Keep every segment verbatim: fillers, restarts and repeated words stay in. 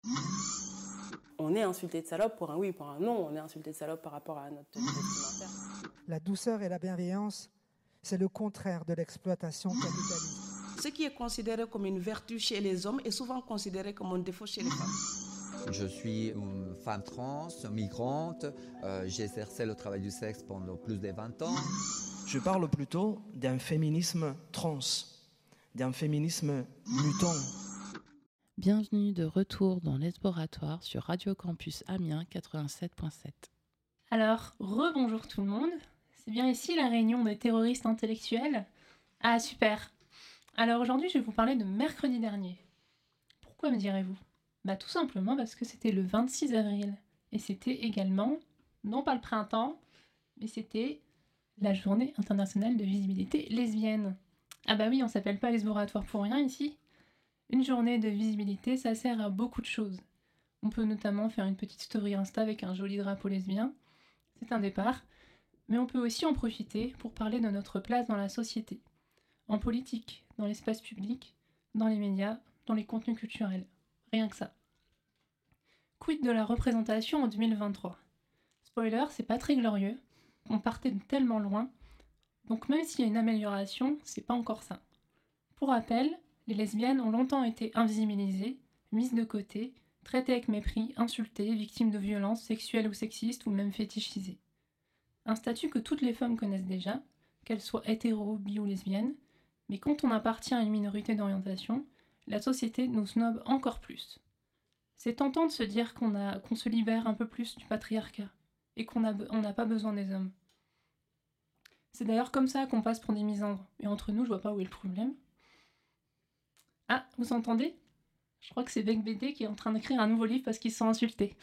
On est insulté de salope pour un oui, pour un non. On est insulté de salope par rapport à notre tenue vestimentaire. La douceur et la bienveillance, c'est le contraire de l'exploitation capitaliste. Ce qui est considéré comme une vertu chez les hommes est souvent considéré comme un défaut chez les femmes. Je suis une femme trans, migrante. Euh, j'ai exercé le travail du sexe pendant plus de vingt ans. Je parle plutôt d'un féminisme trans, d'un féminisme mutant. Bienvenue de retour dans l'Exploratoire sur Radio Campus Amiens quatre-vingt-sept virgule sept. Alors, rebonjour tout le monde. C'est bien ici la réunion des terroristes intellectuels. Ah, super. Alors aujourd'hui, je vais vous parler de mercredi dernier. Pourquoi me direz-vous ? Bah tout simplement parce que c'était le vingt-six avril. Et c'était également, non pas le printemps, mais c'était la journée internationale de visibilité lesbienne. Ah bah oui, on s'appelle pas l'Exploratoire pour rien ici. Une journée de visibilité, ça sert à beaucoup de choses. On peut notamment faire une petite story Insta avec un joli drapeau lesbien. C'est un départ. Mais on peut aussi en profiter pour parler de notre place dans la société. En politique, dans l'espace public, dans les médias, dans les contenus culturels. Rien que ça. Quid de la représentation en deux mille vingt-trois ? Spoiler, c'est pas très glorieux. On partait de tellement loin. Donc même s'il y a une amélioration, c'est pas encore ça. Pour rappel, les lesbiennes ont longtemps été invisibilisées, mises de côté, traitées avec mépris, insultées, victimes de violences sexuelles ou sexistes ou même fétichisées. Un statut que toutes les femmes connaissent déjà, qu'elles soient hétéro, bi ou lesbiennes, mais quand on appartient à une minorité d'orientation, la société nous snobe encore plus. C'est tentant de se dire qu'on a, qu'on se libère un peu plus du patriarcat et qu'on n'a on n'a pas besoin des hommes. C'est d'ailleurs comme ça qu'on passe pour des misandres, et entre nous, je vois pas où est le problème. Ah, vous entendez ? Je crois que c'est Bec B D qui est en train d'écrire un nouveau livre parce qu'ils se sont insultés.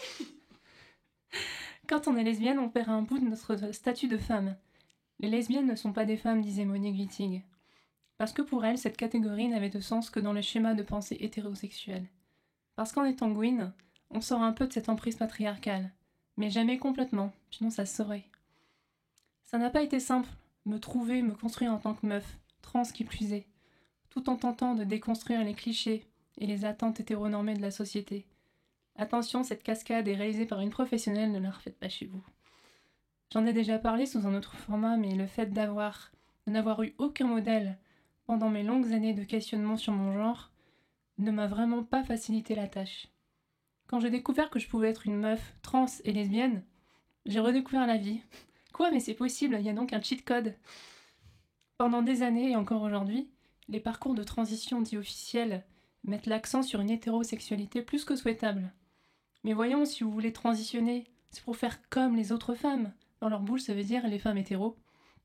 Quand on est lesbienne, on perd un bout de notre statut de femme. Les lesbiennes ne sont pas des femmes, disait Monique Wittig. Parce que pour elle, cette catégorie n'avait de sens que dans le schéma de pensée hétérosexuel. Parce qu'en étant Gwyn, on sort un peu de cette emprise patriarcale. Mais jamais complètement, sinon ça se saurait. Ça n'a pas été simple, me trouver, me construire en tant que meuf, trans qui plus est, tout en tentant de déconstruire les clichés et les attentes hétéronormées de la société. Attention, cette cascade est réalisée par une professionnelle, ne la refaites pas chez vous. J'en ai déjà parlé sous un autre format, mais le fait d'avoir, de n'avoir eu aucun modèle pendant mes longues années de questionnement sur mon genre ne m'a vraiment pas facilité la tâche. Quand j'ai découvert que je pouvais être une meuf trans et lesbienne, j'ai redécouvert la vie. Quoi, mais c'est possible, il y a donc un cheat code. Pendant des années et encore aujourd'hui, les parcours de transition dits officiels mettent l'accent sur une hétérosexualité plus que souhaitable. Mais voyons, si vous voulez transitionner, c'est pour faire comme les autres femmes. Dans leur bouche, ça veut dire les femmes hétéros.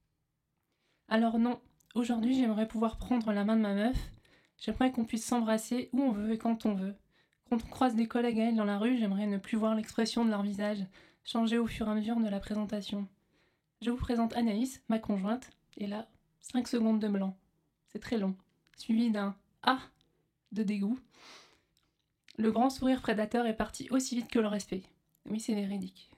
Alors non, aujourd'hui j'aimerais pouvoir prendre la main de ma meuf, j'aimerais qu'on puisse s'embrasser où on veut et quand on veut. Quand on croise des collègues à elle dans la rue, j'aimerais ne plus voir l'expression de leur visage changer au fur et à mesure de la présentation. Je vous présente Anaïs, ma conjointe, et là, cinq secondes de blanc. C'est très long, suivi d'un « ah » de dégoût. Le grand sourire prédateur est parti aussi vite que le respect. Oui, c'est véridique.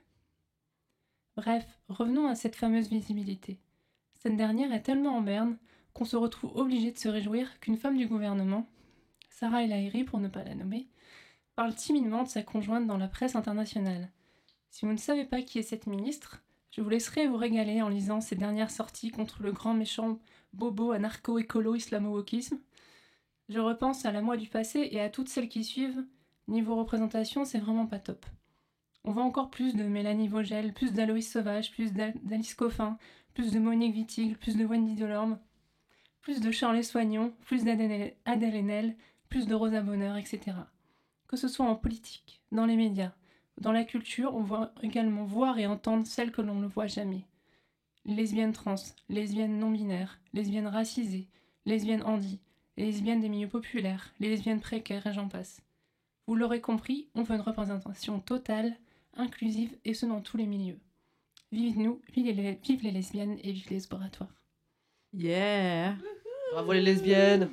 Bref, revenons à cette fameuse visibilité. Cette dernière est tellement en berne qu'on se retrouve obligé de se réjouir qu'une femme du gouvernement, Sarah El Haïry pour ne pas la nommer, parle timidement de sa conjointe dans la presse internationale. Si vous ne savez pas qui est cette ministre, je vous laisserai vous régaler en lisant ses dernières sorties contre le grand méchant bobo anarcho-écolo-islamo-wokisme. Je repense à la moi du passé et à toutes celles qui suivent. Niveau représentation, c'est vraiment pas top. On voit encore plus de Mélanie Vogel, plus d'Aloïs Sauvage, plus d'Alice Coffin, plus de Monique Wittig, plus de Wendy Delorme, plus de Charles Soignon, plus d'Adèle Haenel, plus de Rosa Bonheur, et cetera. Que ce soit en politique, dans les médias, dans la culture, on voit également voir et entendre celles que l'on ne voit jamais. Les lesbiennes trans, lesbiennes non-binaires, lesbiennes racisées, lesbiennes handi, les lesbiennes des milieux populaires, les lesbiennes précaires et j'en passe. Vous l'aurez compris, on veut une représentation totale, inclusive et ce dans tous les milieux. Vive nous, vive les, vive les lesbiennes et vive les exploratoires. Yeah. Bravo les lesbiennes.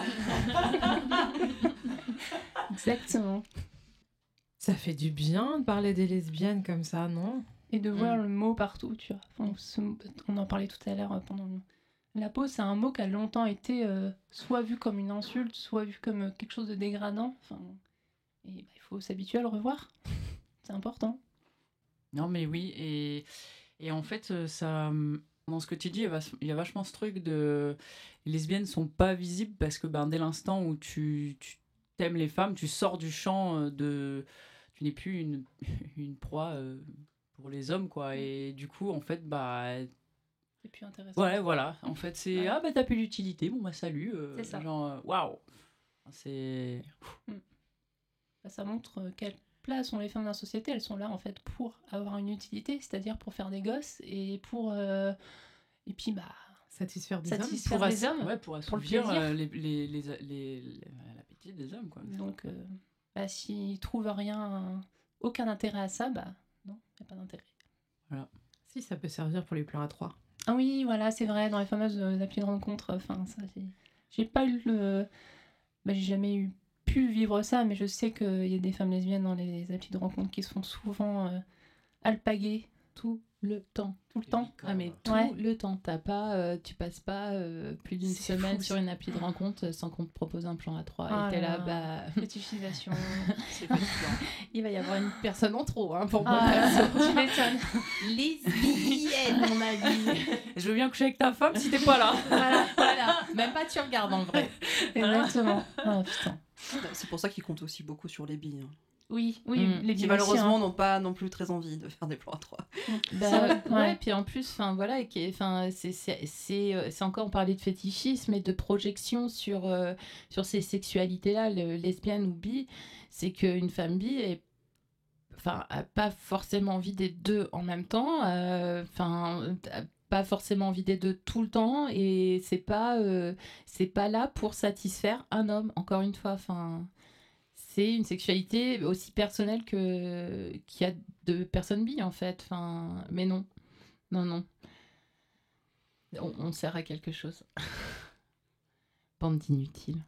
Exactement. Ça fait du bien de parler des lesbiennes comme ça, non ? Et de voir mm. le mot partout, tu vois. Enfin, ce, on en parlait tout à l'heure pendant le... La peau, c'est un mot qui a longtemps été euh, soit vu comme une insulte, soit vu comme euh, quelque chose de dégradant. Enfin, Et bah, il faut s'habituer à le revoir. C'est important. Non, mais oui, et, et en fait, euh, ça, hum, dans ce que tu dis, il y a vach- il y a vachement ce truc de. Les lesbiennes sont pas visibles parce que ben, dès l'instant où tu, tu t'aimes les femmes, tu sors du champ euh, de. Tu n'es plus une, une proie euh, pour les hommes, quoi. Et du coup, en fait, bah. C'est plus intéressant. Ouais, voilà. En fait, c'est. Ouais. Ah, bah, t'as plus d'utilité, bon, bah, salut. euh, C'est ça. Genre, euh, waouh! C'est. Bah, ça montre euh, quelle place ont les femmes dans la société. Elles sont là en fait pour avoir une utilité, c'est-à-dire pour faire des gosses et pour euh, et puis bah Satisfaire des satisfaire Pour des ass- hommes. ouais, pour pour le assouvir plaisir. euh, les, les, les, les, les- l'appétit des hommes, quoi. Donc euh, bah, s'ils trouvent rien, aucun intérêt à ça, bah non, il n'y a pas d'intérêt. Voilà. Si, ça peut servir pour les plans à trois. Ah oui, voilà, c'est vrai, dans les fameuses euh, applis de rencontre, enfin ça c'est... J'ai pas eu le... Bah, j'ai jamais eu pu vivre ça, mais je sais qu'il y a des femmes lesbiennes dans les applis de rencontre qui se font souvent euh, alpaguer Tout le temps. tout le temps. Ah mais tout Ouais. le temps, t'as pas, euh, tu passes pas euh, plus d'une C'est semaine fou, sur ça. une appli de rencontre euh, sans qu'on te propose un plan à trois. Ah et t'es là là, là. bah, Fétichisation. C'est fatigant. il va y avoir une personne en trop hein, pour moi. Ah, perso. tu m'étonnes. Lesbienne, mon avis. Je veux bien coucher avec ta femme si t'es pas là. Voilà, voilà. Même pas tu regardes en vrai. Exactement. Oh putain. C'est pour ça qu'ils comptent aussi beaucoup sur les billes. hein. Oui, oui, Mm. les Qui billes malheureusement aussi, n'ont pas non plus très envie de faire des plans à trois. Bah, ouais. ouais, ouais, puis en plus, enfin voilà, et qui est- enfin c'est c'est c'est euh, c'est encore parler de fétichisme et de projection sur euh, sur ces sexualités-là, le lesbienne ou bi, c'est qu'une femme bi est enfin a pas forcément envie des deux en même temps, euh, enfin a pas forcément envie des deux tout le temps et c'est pas euh, c'est pas là pour satisfaire un homme encore une fois, enfin c'est une sexualité aussi personnelle que qu'il y a de personnes bi en fait, enfin mais non non non on, on sert à quelque chose. Bande d'inutiles.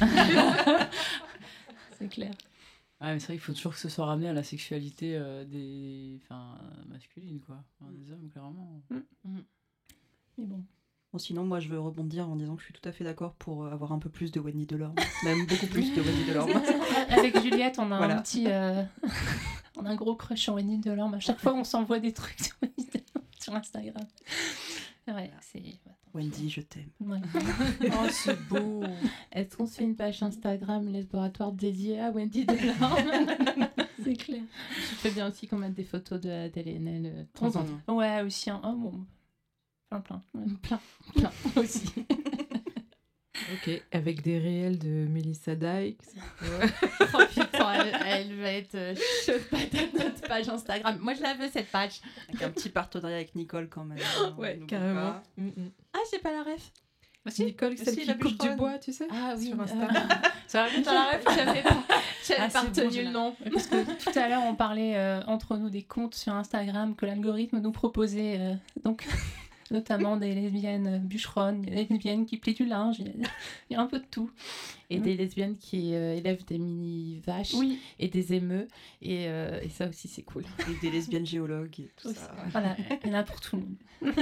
C'est clair. Ouais, mais c'est vrai qu'il faut toujours que ce soit ramené à la sexualité euh, des. Enfin, masculine, quoi. Enfin, des hommes, clairement. Mais bon. Bon, sinon, moi, je veux rebondir en disant que je suis tout à fait d'accord pour euh, avoir un peu plus de Wendy Delorme. Même beaucoup plus de Wendy Delorme. Avec Juliette, on a Voilà. un petit. euh, on a un gros crush sur Wendy Delorme. À chaque fois, on s'envoie des trucs sur Wendy Delorme sur Instagram. Ouais, c'est. Wendy, je t'aime. Ouais. Oh, c'est beau. Est-ce qu'on se fait une page Instagram Lesboratoire dédiée à Wendy Delorme? C'est clair. Je fais bien aussi qu'on mette des photos de d'L N L euh, de temps en temps. Ouais, aussi. Hein. Oh, bon. Plein, plein. Ouais. Plein, plein aussi. Ok, avec des réels de Melissa Dykes. Ouais. Oh putain, elle, elle va être euh, chaude patate notre page Instagram. Moi, je la veux cette page. Avec un petit partenariat avec Nicole quand même. Ouais, N'oublie carrément. pas. Mm, mm. Ah, j'ai pas la ref. Nicole, si, celle la qui coupe du bûcheronne. bois, tu sais, Ah oui. sur Insta. euh, Ça va vite, T'as la ref, j'avais pas, j'avais Ah, pas c'est retenu bon, j'ai le la- nom. Parce que tout à l'heure, on parlait euh, entre nous des comptes sur Instagram que l'algorithme nous proposait. euh, donc, notamment des lesbiennes euh, bûcheronnes, des lesbiennes qui plient du linge. Il y a, il y a un peu de tout. Et des lesbiennes qui euh, élèvent des mini-vaches Oui, et des émeux. Et, euh, et ça aussi, c'est cool. Et des lesbiennes géologues et tout aussi. ça. Voilà, il y en a pour tout le monde.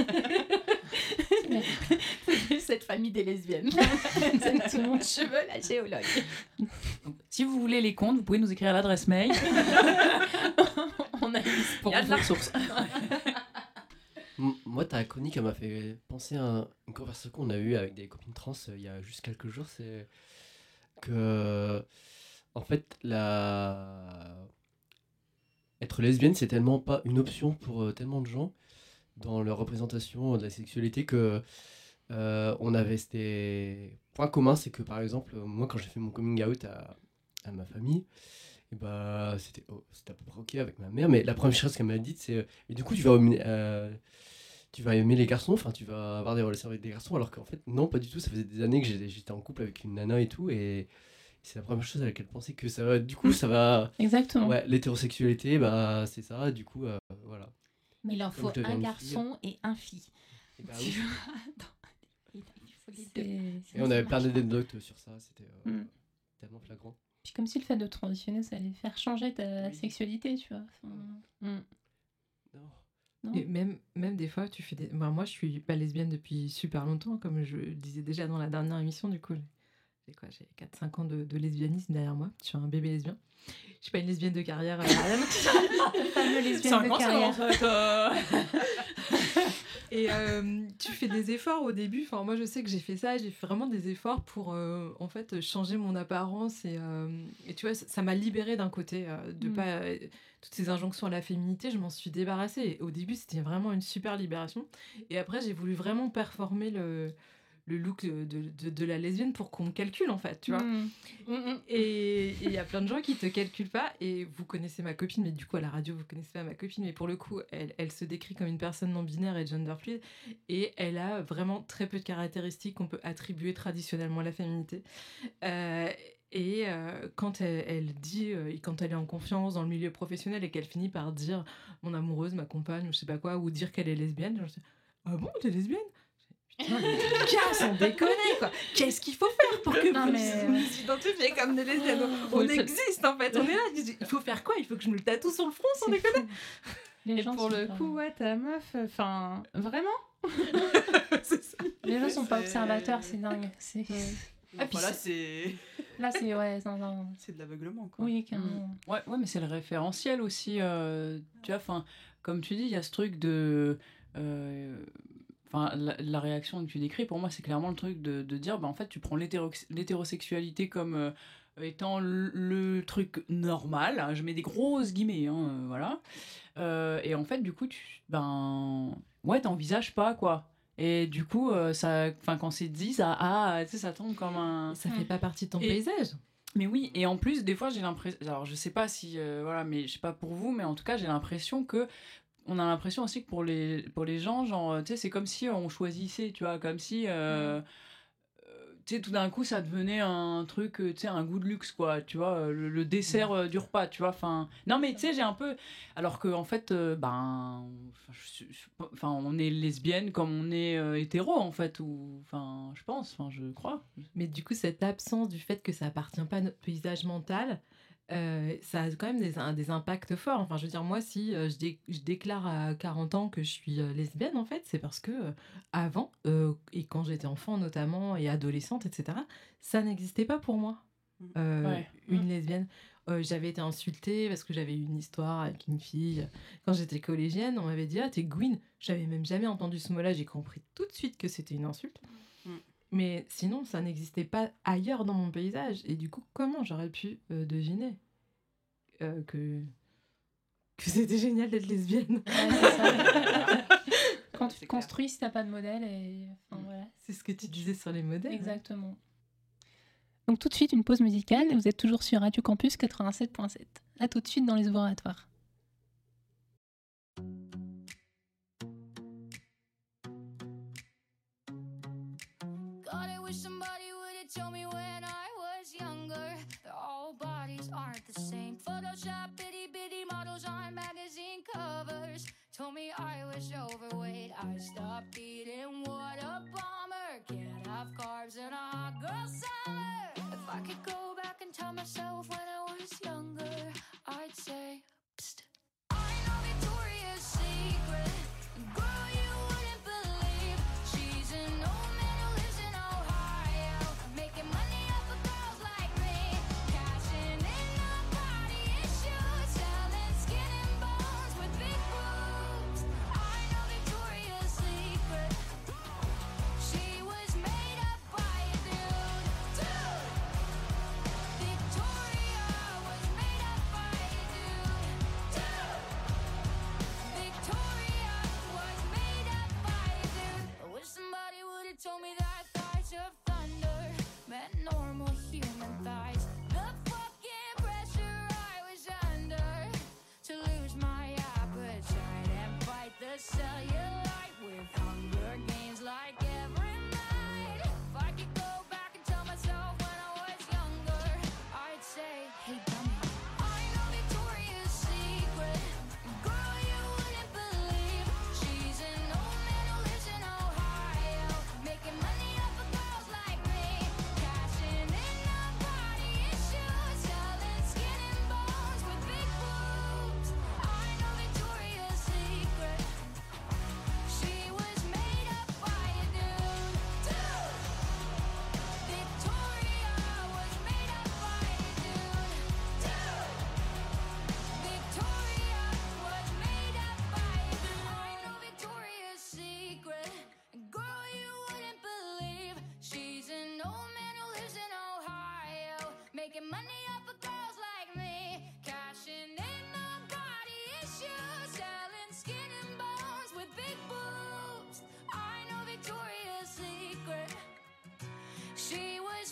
Cette famille des lesbiennes. Exactement. Je veux la géologue. Donc, si vous voulez les comptes, vous pouvez nous écrire à l'adresse mail. On a une liste Il pour y a de vous. la ressource. M- Moi, ta chronique, elle m'a fait penser à une conversation qu'on a eue avec des copines trans euh, il y a juste quelques jours. C'est que, en fait, la... être lesbienne, c'est tellement pas une option pour euh, tellement de gens dans leur représentation de la sexualité que euh, on avait ces points communs. C'est que, par exemple, moi, quand j'ai fait mon coming out à, à ma famille, et bah, c'était oh, c'était à peu près ok avec ma mère, mais la première chose qu'elle m'a dit, c'est euh, et du coup, tu vas aimer, euh, tu vas aimer les garçons, enfin, tu vas avoir des relations avec des garçons, alors qu'en fait, non, pas du tout. Ça faisait des années que j'étais j'étais en couple avec une nana et tout, et c'est la première chose à laquelle penser que ça va, du coup, ça va. Exactement. Ouais, l'hétérosexualité, bah, c'est ça, du coup, euh, voilà. Il en Donc, faut je deviens un une garçon et un fille. Et, bah, Tu oui. vois, attends, il faut les deux. C'est- Et on avait plein d'anecdotes sur ça, c'était euh, Mm. tellement flagrant. Puis comme si le fait de transitionner, ça allait faire changer ta Oui. sexualité, tu vois. Enfin, Mm. Non. non. Et même, même des fois, tu fais des... bah, moi, je suis pas lesbienne depuis super longtemps, comme je le disais déjà dans la dernière émission, du coup. j'ai quoi, j'ai quatre cinq ans de, de lesbianisme derrière moi. Je suis un bébé lesbien. Je suis pas une lesbienne de carrière. Euh, fameux lesbienne de carrière. En fait, euh... Et euh, tu fais des efforts au début. Enfin, moi, je sais que j'ai fait ça. J'ai fait vraiment des efforts pour, euh, en fait, changer mon apparence. Et, euh, et tu vois, ça, ça m'a libérée d'un côté. Euh, de mm. pas, euh, toutes ces injonctions à la féminité, je m'en suis débarrassée. Et au début, c'était vraiment une super libération. Et après, j'ai voulu vraiment performer le... le look de, de, de la lesbienne pour qu'on me calcule, en fait, tu vois. Mmh. Mmh. Et il y a plein de gens qui te calculent pas, et vous connaissez ma copine, mais du coup, à la radio, vous connaissez pas ma copine, mais pour le coup, elle, elle se décrit comme une personne non-binaire et genderfluide, et elle a vraiment très peu de caractéristiques qu'on peut attribuer traditionnellement à la féminité. Euh, et euh, quand elle, elle dit, euh, quand elle est en confiance dans le milieu professionnel, et qu'elle finit par dire « mon amoureuse, ma compagne », ou je sais pas quoi, ou dire qu'elle est lesbienne, je me dis « ah bon, t'es lesbienne ?» Putain, les gars, sans déconner, quoi. Qu'est-ce qu'il faut faire pour que non, vous mais... vous identifiez comme des lesbiennes? On existe, en fait. On est là. Il faut faire quoi? Il faut que je me le tatoue sur le front, sans déconner. Les Et gens pour le pas... coup, ouais, ta meuf, enfin, vraiment c'est ça. Les gens sont c'est... pas observateurs, c'est dingue. C'est... Ah, puis là, c'est... Là, c'est... Ouais, non, non. C'est de l'aveuglement, quoi. Oui, carrément. Mmh. Ouais, ouais, mais c'est le référentiel aussi. Euh, tu vois, enfin, comme tu dis, il y a ce truc de... Euh, Enfin, la, la réaction que tu décris, pour moi, c'est clairement le truc de, de dire, bah, en fait, tu prends l'hétéro- l'hétérosexualité comme euh, étant le, le truc normal. Hein, je mets des grosses guillemets, hein, euh, voilà. Euh, et en fait, du coup, tu, ben, ouais, t'envisages pas, quoi. Et du coup, euh, ça, quand c'est dit, ça, ah, tu sais, ça tombe comme un... Ça fait pas partie de ton et, paysage. Mais oui, et en plus, des fois, j'ai l'impression... Alors, je sais pas si... Euh, voilà, mais je sais pas pour vous, mais en tout cas, j'ai l'impression que on a l'impression aussi que pour les, pour les gens, genre, tu sais, c'est comme si on choisissait, tu vois, comme si, euh, mmh. euh, tu sais, tout d'un coup, ça devenait un truc, tu sais, un goût de luxe, quoi, tu vois, le, le dessert euh, du repas, tu vois, enfin... Non, mais tu sais, j'ai un peu... Alors qu'en en fait, euh, ben... Enfin, on est lesbienne comme on est euh, hétéro, en fait, ou... Enfin, je pense, enfin, je crois. Mais du coup, cette absence du fait que ça appartient pas à notre paysage mental... Euh, ça a quand même des, un, des impacts forts. Enfin, je veux dire, moi, si euh, je, dé, je déclare à quarante ans que je suis euh, lesbienne, en fait, c'est parce que euh, avant, euh, et quand j'étais enfant notamment, et adolescente, et cetera, ça n'existait pas pour moi, euh, ouais. une lesbienne. Euh, j'avais été insultée parce que j'avais eu une histoire avec une fille. Quand j'étais collégienne, on m'avait dit « Ah, t'es Gwyn ». J'avais même jamais entendu ce mot-là, j'ai compris tout de suite que c'était une insulte. Mm. Mais sinon, ça n'existait pas ailleurs dans mon paysage. Et du coup, comment j'aurais pu euh, deviner euh, que... que c'était génial d'être lesbienne? Ouais, c'est ça. Quand tu te construis, si t'as pas de modèle. Et... Enfin, voilà. C'est ce que tu disais sur les modèles. Exactement. Ouais. Donc tout de suite, une pause musicale. Vous êtes toujours sur Radio Campus quatre-vingt-sept point sept. À tout de suite dans les laboratoires. Tell me when I was younger that all bodies aren't the same. Photoshop itty bitty models on magazine covers. Told me I was overweight. I stopped eating. What a bummer. Can't have carbs in a hot girl summer. If I could go back and tell myself when I was younger, I'd say, psst. I know Victoria's Secret. Girl, you wouldn't believe she's an old man who lives in Ohio, making money off of girls like me, cashing in on body issues, selling skin and bones with big boobs. I know Victoria's Secret. She was made up by a dude. Dude. Victoria was made up by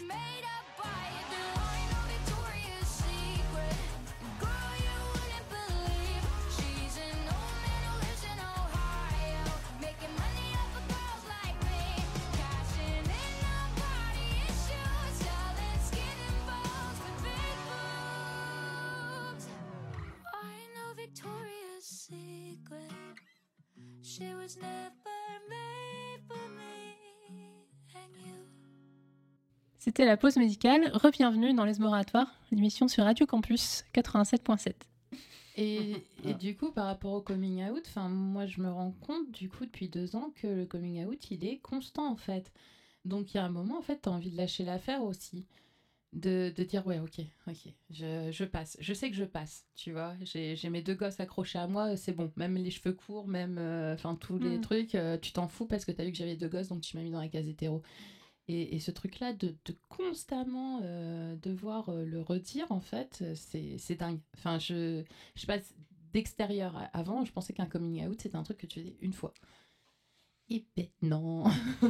made up by you. Do I know Victoria's Secret? Girl, you wouldn't believe she's an old man who lives in Ohio, making money off of girls like me, cashing in on body issues, selling skin and bones with big boobs. I know Victoria's Secret. She was never made for me and you. C'était la pause médicale. Re-bienvenue dans Les Moratoires, l'émission sur Radio Campus quatre-vingt-sept point sept. Et, et du coup, par rapport au coming out, enfin, moi, je me rends compte, du coup, depuis deux ans, que le coming out, il est constant, en fait. Donc, il y a un moment, en fait, tu as envie de lâcher l'affaire aussi. De, de dire, ouais, ok, ok, je, je passe. Je sais que je passe, tu vois. J'ai, j'ai mes deux gosses accrochés à moi, c'est bon. Même les cheveux courts, même, enfin, euh, tous les Mm. trucs, euh, tu t'en fous parce que t'as vu que j'avais deux gosses, donc tu m'as mis dans la case hétéro. Et, et ce truc-là, de, de constamment euh, devoir euh, le redire, en fait, euh, c'est, c'est dingue. Enfin, je, je sais pas, d'extérieur, à- avant, je pensais qu'un coming out, c'était un truc que tu faisais une fois. Et ben non.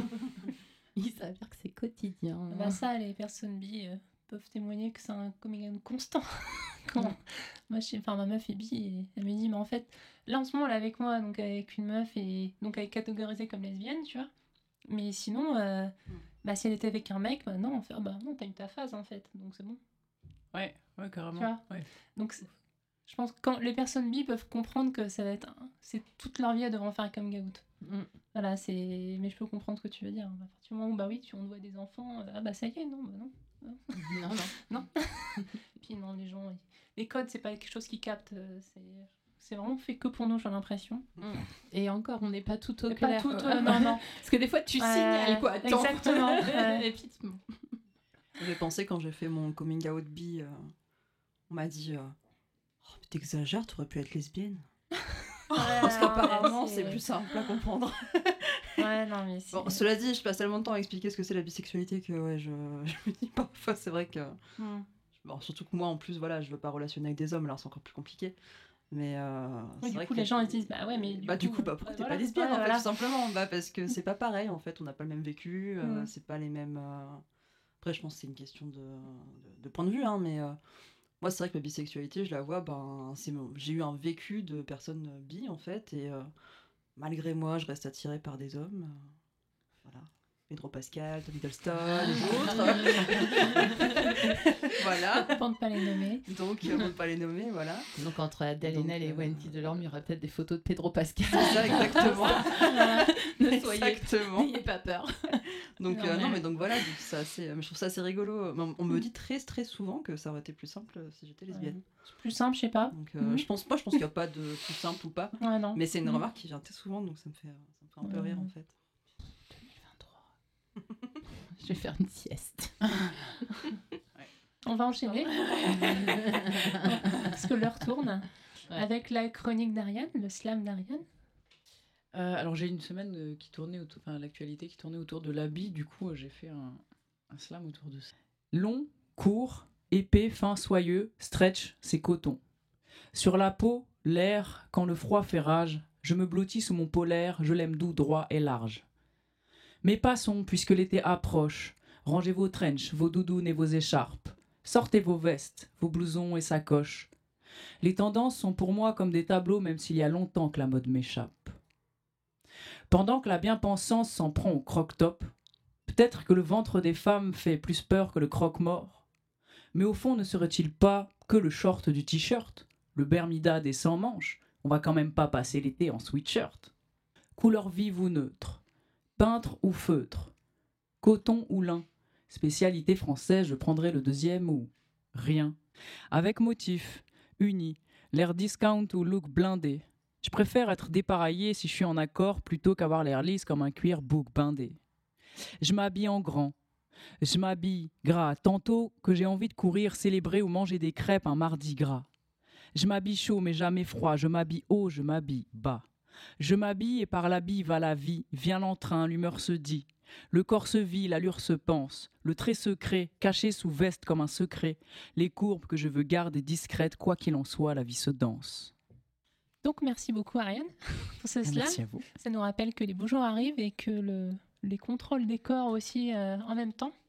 Il s'avère que c'est quotidien. Bah ça, les personnes bi euh, peuvent témoigner que c'est un coming out constant. Quand moi, je, enfin, ma meuf est bi et elle me dit, mais en fait, là en ce moment, elle est avec moi, donc avec une meuf et donc elle est catégorisée comme lesbienne, tu vois. Mais sinon, euh, bah, si elle était avec un mec, bah non, on fait, ah bah non, t'as eu ta phase en fait, donc c'est bon. Ouais, ouais, carrément. Tu vois. Ouais. Donc, c'est- je pense que quand les personnes bi peuvent comprendre que ça va être, un- c'est toute leur vie à devoir faire un coming out. Mm. Voilà, c'est, mais je peux comprendre ce que tu veux dire. À partir du moment où bah oui, tu on voit des enfants, euh, ah bah ça y est, non, bah non. Non, non. non. Puis non, les gens, ils- les codes, c'est pas quelque chose qu'ils captent. euh, C'est, c'est vraiment fait que pour nous, j'ai l'impression. Et encore, on n'est pas tout au Mais pas clair. tout, euh, non, non. Parce que des fois, tu Ouais, signales, quoi. Attends. exactement, ouais. Et puis, bon. J'ai pensé quand j'ai fait mon coming out bi, euh, on m'a dit euh, oh, mais t'exagères, t'aurais pu être lesbienne. Parce qu'apparemment, c'est plus simple à comprendre. Ouais, non, mais c'est... Bon, cela dit, je passe tellement de temps à expliquer ce que c'est la bisexualité que ouais, je, je me dis parfois, c'est vrai que. Mm. Bon, surtout que moi, en plus, voilà, je veux pas relationner avec des hommes, alors c'est encore plus compliqué. Mais euh, Ouais, c'est du vrai coup, que les gens ils se disent, bah ouais, mais du bah, coup, du coup, bah, pourquoi euh, t'es voilà. pas lesbienne Ouais, en fait, voilà. tout simplement bah, parce que c'est pas pareil en fait, on n'a pas le même vécu, euh, Mm. c'est pas les mêmes. euh, Après, je pense que c'est une question de, de, de point de vue, hein, mais euh, moi, c'est vrai que ma bisexualité, je la vois, ben, c'est mon- j'ai eu un vécu de personne bi en fait, et euh, malgré moi, je reste attirée par des hommes. euh, voilà. Pedro Pascal, Tom Hiddleston et d'autres. Voilà. Pour ne pas les nommer. Donc, euh, pour ne pas les nommer, voilà. Donc, entre Adèle Donc, Haenel et euh, Wendy Delorme, il y aura peut-être des photos de Pedro Pascal. C'est ça, exactement. Ne soyez, Exactement. n'ayez pas peur. Donc, Non, euh, mais- non, mais donc voilà, donc c'est assez, euh, je trouve ça assez rigolo. On on me dit très, très souvent que ça aurait été plus simple euh, si j'étais lesbienne. C'est plus simple, je sais pas. Donc, euh, Mhm. je pense, moi, je pense qu'il n'y a pas de plus simple ou pas. Ouais, non. Mais c'est une Mhm. remarque qui vient très souvent, donc ça me fait, euh, ça me fait un peu rire en fait. Je vais faire une sieste. On va enchaîner. Parce que l'heure tourne. Ouais. Avec la chronique d'Ariane, le slam d'Ariane. Euh, alors j'ai une semaine euh, qui tournait autour, enfin l'actualité qui tournait autour de l'habit, du coup euh, j'ai fait un, un slam autour de ça. Long, court, épais, fin, soyeux, stretch, c'est coton. Sur la peau, l'air, quand le froid fait rage, je me blottis sous mon polaire, je l'aime doux, droit et large. Mais passons, puisque l'été approche. Rangez vos trenchs, vos doudounes et vos écharpes. Sortez vos vestes, vos blousons et sacoches. Les tendances sont pour moi comme des tableaux, même s'il y a longtemps que la mode m'échappe. Pendant que la bien-pensance s'en prend au croque-top, peut-être que le ventre des femmes fait plus peur que le croque-mort. Mais au fond, ne serait-il pas que le short du t-shirt, le Bermuda des sans manches? On va quand même pas passer l'été en sweatshirt. Couleur vive ou neutre, peintre ou feutre, coton ou lin, spécialité française, je prendrai le deuxième ou rien. Avec motif, uni, l'air discount ou look blindé. Je préfère être dépareillé si je suis en accord plutôt qu'avoir l'air lisse comme un cuir bouc bindé. Je m'habille en grand. Je m'habille gras, tantôt que j'ai envie de courir, célébrer ou manger des crêpes un mardi gras. Je m'habille chaud mais jamais froid, je m'habille haut, je m'habille bas. Je m'habille et par l'habit va la vie, vient l'entrain, l'humeur se dit. Le corps se vit, l'allure se pense, le trait secret, caché sous veste comme un secret, les courbes que je veux garder discrètes, quoi qu'il en soit, la vie se danse. Donc merci beaucoup Ariane pour ce slam. Merci à vous. Ça nous rappelle que les beaux jours arrivent et que le, les contrôles des corps aussi euh, en même temps.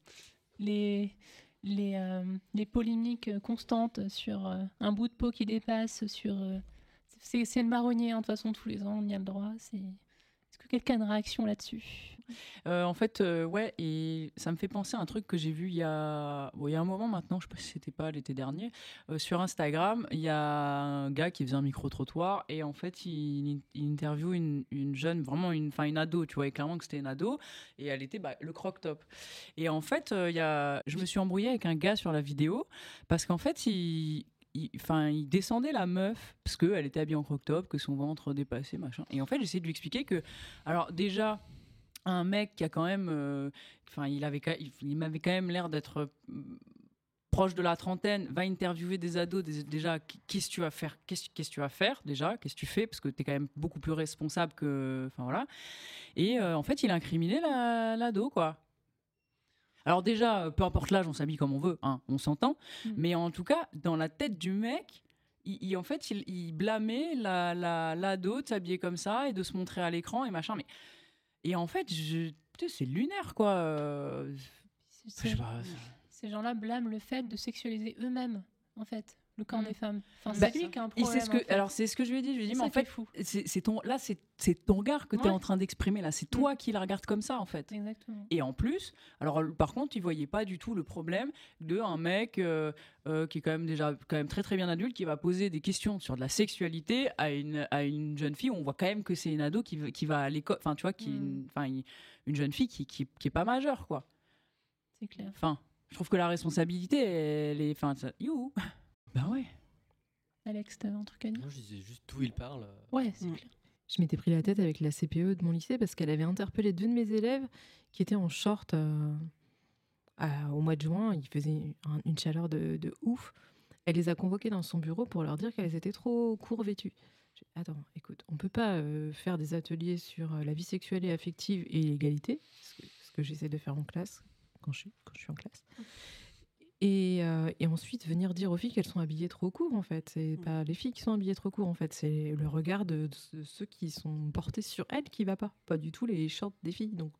les, les, euh, les polémiques constantes sur euh, un bout de peau qui dépasse, sur... euh, c'est, c'est le marronnier, hein, de toute façon, tous les ans, on y a le droit. C'est... Est-ce que quelqu'un a une réaction là-dessus ? Euh, en fait, euh, ouais, et ça me fait penser à un truc que j'ai vu il y a, bon, il y a un moment maintenant, je sais pas si c'était pas l'été dernier, euh, sur Instagram, il y a un gars qui faisait un micro-trottoir et en fait, il, il interviewe une, une jeune, vraiment une, enfin une ado, tu vois, et clairement que c'était une ado, et elle était bah, le croc-top. Et en fait, euh, il y a, je me suis embrouillée avec un gars sur la vidéo parce qu'en fait, il Il, enfin, il descendait la meuf parce qu'elle était habillée en croc-top, que son ventre dépassait, machin. Et en fait, j'essayais de lui expliquer que, alors déjà, un mec qui a quand même, enfin, euh, il avait, il, il m'avait quand même l'air d'être euh, proche de la trentaine, va interviewer des ados, des, déjà, qu'est-ce que tu vas faire, qu'est-ce, qu'est-ce que tu vas faire déjà, qu'est-ce que tu fais, parce que tu es quand même beaucoup plus responsable que, enfin voilà. Et euh, en fait, il a incriminé la, l'ado, quoi. Alors déjà, peu importe l'âge, on s'habille comme on veut, hein, on s'entend. Mmh. Mais en tout cas, dans la tête du mec, il, il, en fait, il, il blâmait la, la, l'ado de s'habiller comme ça et de se montrer à l'écran et machin. Mais... Et en fait, je... Putain, c'est lunaire, quoi. Euh... C'est, je sais pas. Ces gens-là blâment le fait de sexualiser eux-mêmes, en fait. Le corps mmh. des femmes. Enfin, bah, c'est lui qui a un problème. Et c'est ce que, en fait. alors c'est ce que je lui ai dit. Je lui ai dit, mais en fait, c'est, c'est ton, là, c'est, c'est ton regard que ouais. tu es en train d'exprimer. Là, c'est toi mmh. qui la regarde comme ça, en fait. Exactement. Et en plus, alors par contre, il voyait pas du tout le problème de un mec euh, euh, qui est quand même déjà quand même très très bien adulte, qui va poser des questions sur de la sexualité à une à une jeune fille. On voit quand même que c'est une ado qui qui va à l'école. Enfin, tu vois, qui, enfin, mmh. une jeune fille qui, qui qui est pas majeure, quoi. C'est clair. Enfin, je trouve que la responsabilité, elle est, enfin, ça, you. Ben ouais. Alex, t'avais un truc à dire ? Non, je disais juste d'où il parle. Ouais, c'est mmh. clair. Je m'étais pris la tête avec la C P E de mon lycée parce qu'elle avait interpellé deux de mes élèves qui étaient en short euh, à, au mois de juin. Il faisait un, une chaleur de, de ouf. Elle les a convoqués dans son bureau pour leur dire qu'elles étaient trop court vêtues. J'ai dit, attends, écoute, on ne peut pas euh, faire des ateliers sur euh, la vie sexuelle et affective et l'égalité, ce que, ce que j'essaie de faire en classe, quand je, quand je suis en classe. Et, euh, et ensuite, venir dire aux filles qu'elles sont habillées trop court, en fait. C'est mmh. pas les filles qui sont habillées trop court, en fait. C'est le regard de, de, de ceux qui sont portés sur elles qui va pas. Pas du tout les shorts des filles. Donc,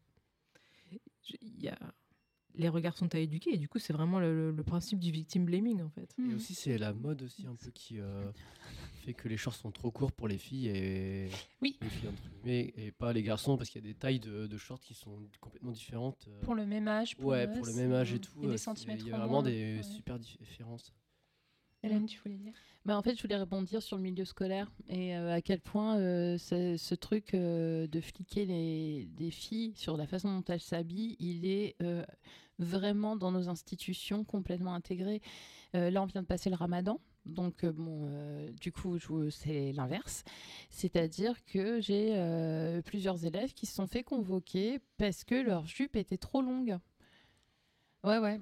y a... les regards sont à éduquer. Et du coup, c'est vraiment le, le, le principe du victim blaming, en fait. Et aussi, c'est la mode aussi un peu qui euh, fait que les shorts sont trop courts pour les filles et oui. les filles entre guillemets, et pas les garçons, parce qu'il y a des tailles de, de shorts qui sont complètement différentes. Euh... Pour le même âge. Pour ouais, le pour le même âge et tout. Et des centimètres. Il y a vraiment des ouais. super différences. Hélène, tu voulais dire ? Bah en fait, je voulais rebondir sur le milieu scolaire et euh, à quel point euh, ce, ce truc euh, de fliquer les, les filles sur la façon dont elles s'habillent, il est euh, vraiment dans nos institutions complètement intégré. Euh, là, on vient de passer le ramadan. Donc, euh, bon, euh, du coup, je, c'est l'inverse. C'est-à-dire que j'ai euh, plusieurs élèves qui se sont fait convoquer parce que leur jupe était trop longue. Ouais, ouais.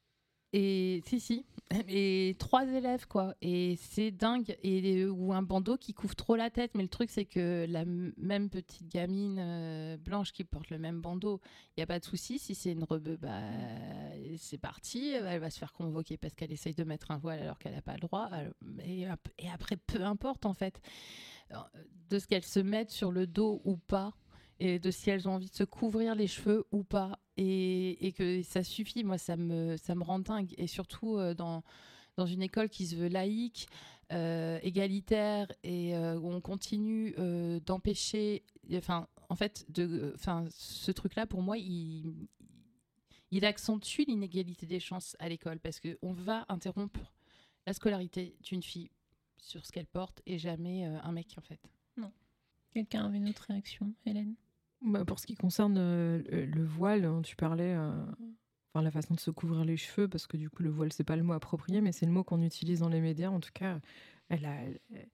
Et si, si. Et trois élèves, quoi. Et c'est dingue. Et, ou un bandeau qui couvre trop la tête. Mais le truc, c'est que la m- même petite gamine euh, blanche qui porte le même bandeau, il n'y a pas de souci. Si c'est une rebeu, bah, c'est parti. Elle va se faire convoquer parce qu'elle essaye de mettre un voile alors qu'elle n'a pas le droit. Et, et après, peu importe, en fait, de ce qu'elles se mettent sur le dos ou pas. Et de si elles ont envie de se couvrir les cheveux ou pas. Et, et que ça suffit, moi, ça me, ça me rend dingue. Et surtout euh, dans, dans une école qui se veut laïque, euh, égalitaire, et euh, où on continue euh, d'empêcher... Enfin, en fait, de, enfin, ce truc-là, pour moi, il, il accentue l'inégalité des chances à l'école. Parce qu'on va interrompre la scolarité d'une fille sur ce qu'elle porte et jamais euh, un mec, en fait. Non. Quelqu'un avait une autre réaction, Hélène ? Bah pour ce qui concerne euh, le, le voile, hein, tu parlais, euh, enfin la façon de se couvrir les cheveux, parce que du coup le voile c'est pas le mot approprié, mais c'est le mot qu'on utilise dans les médias. En tout cas, elle a, elle,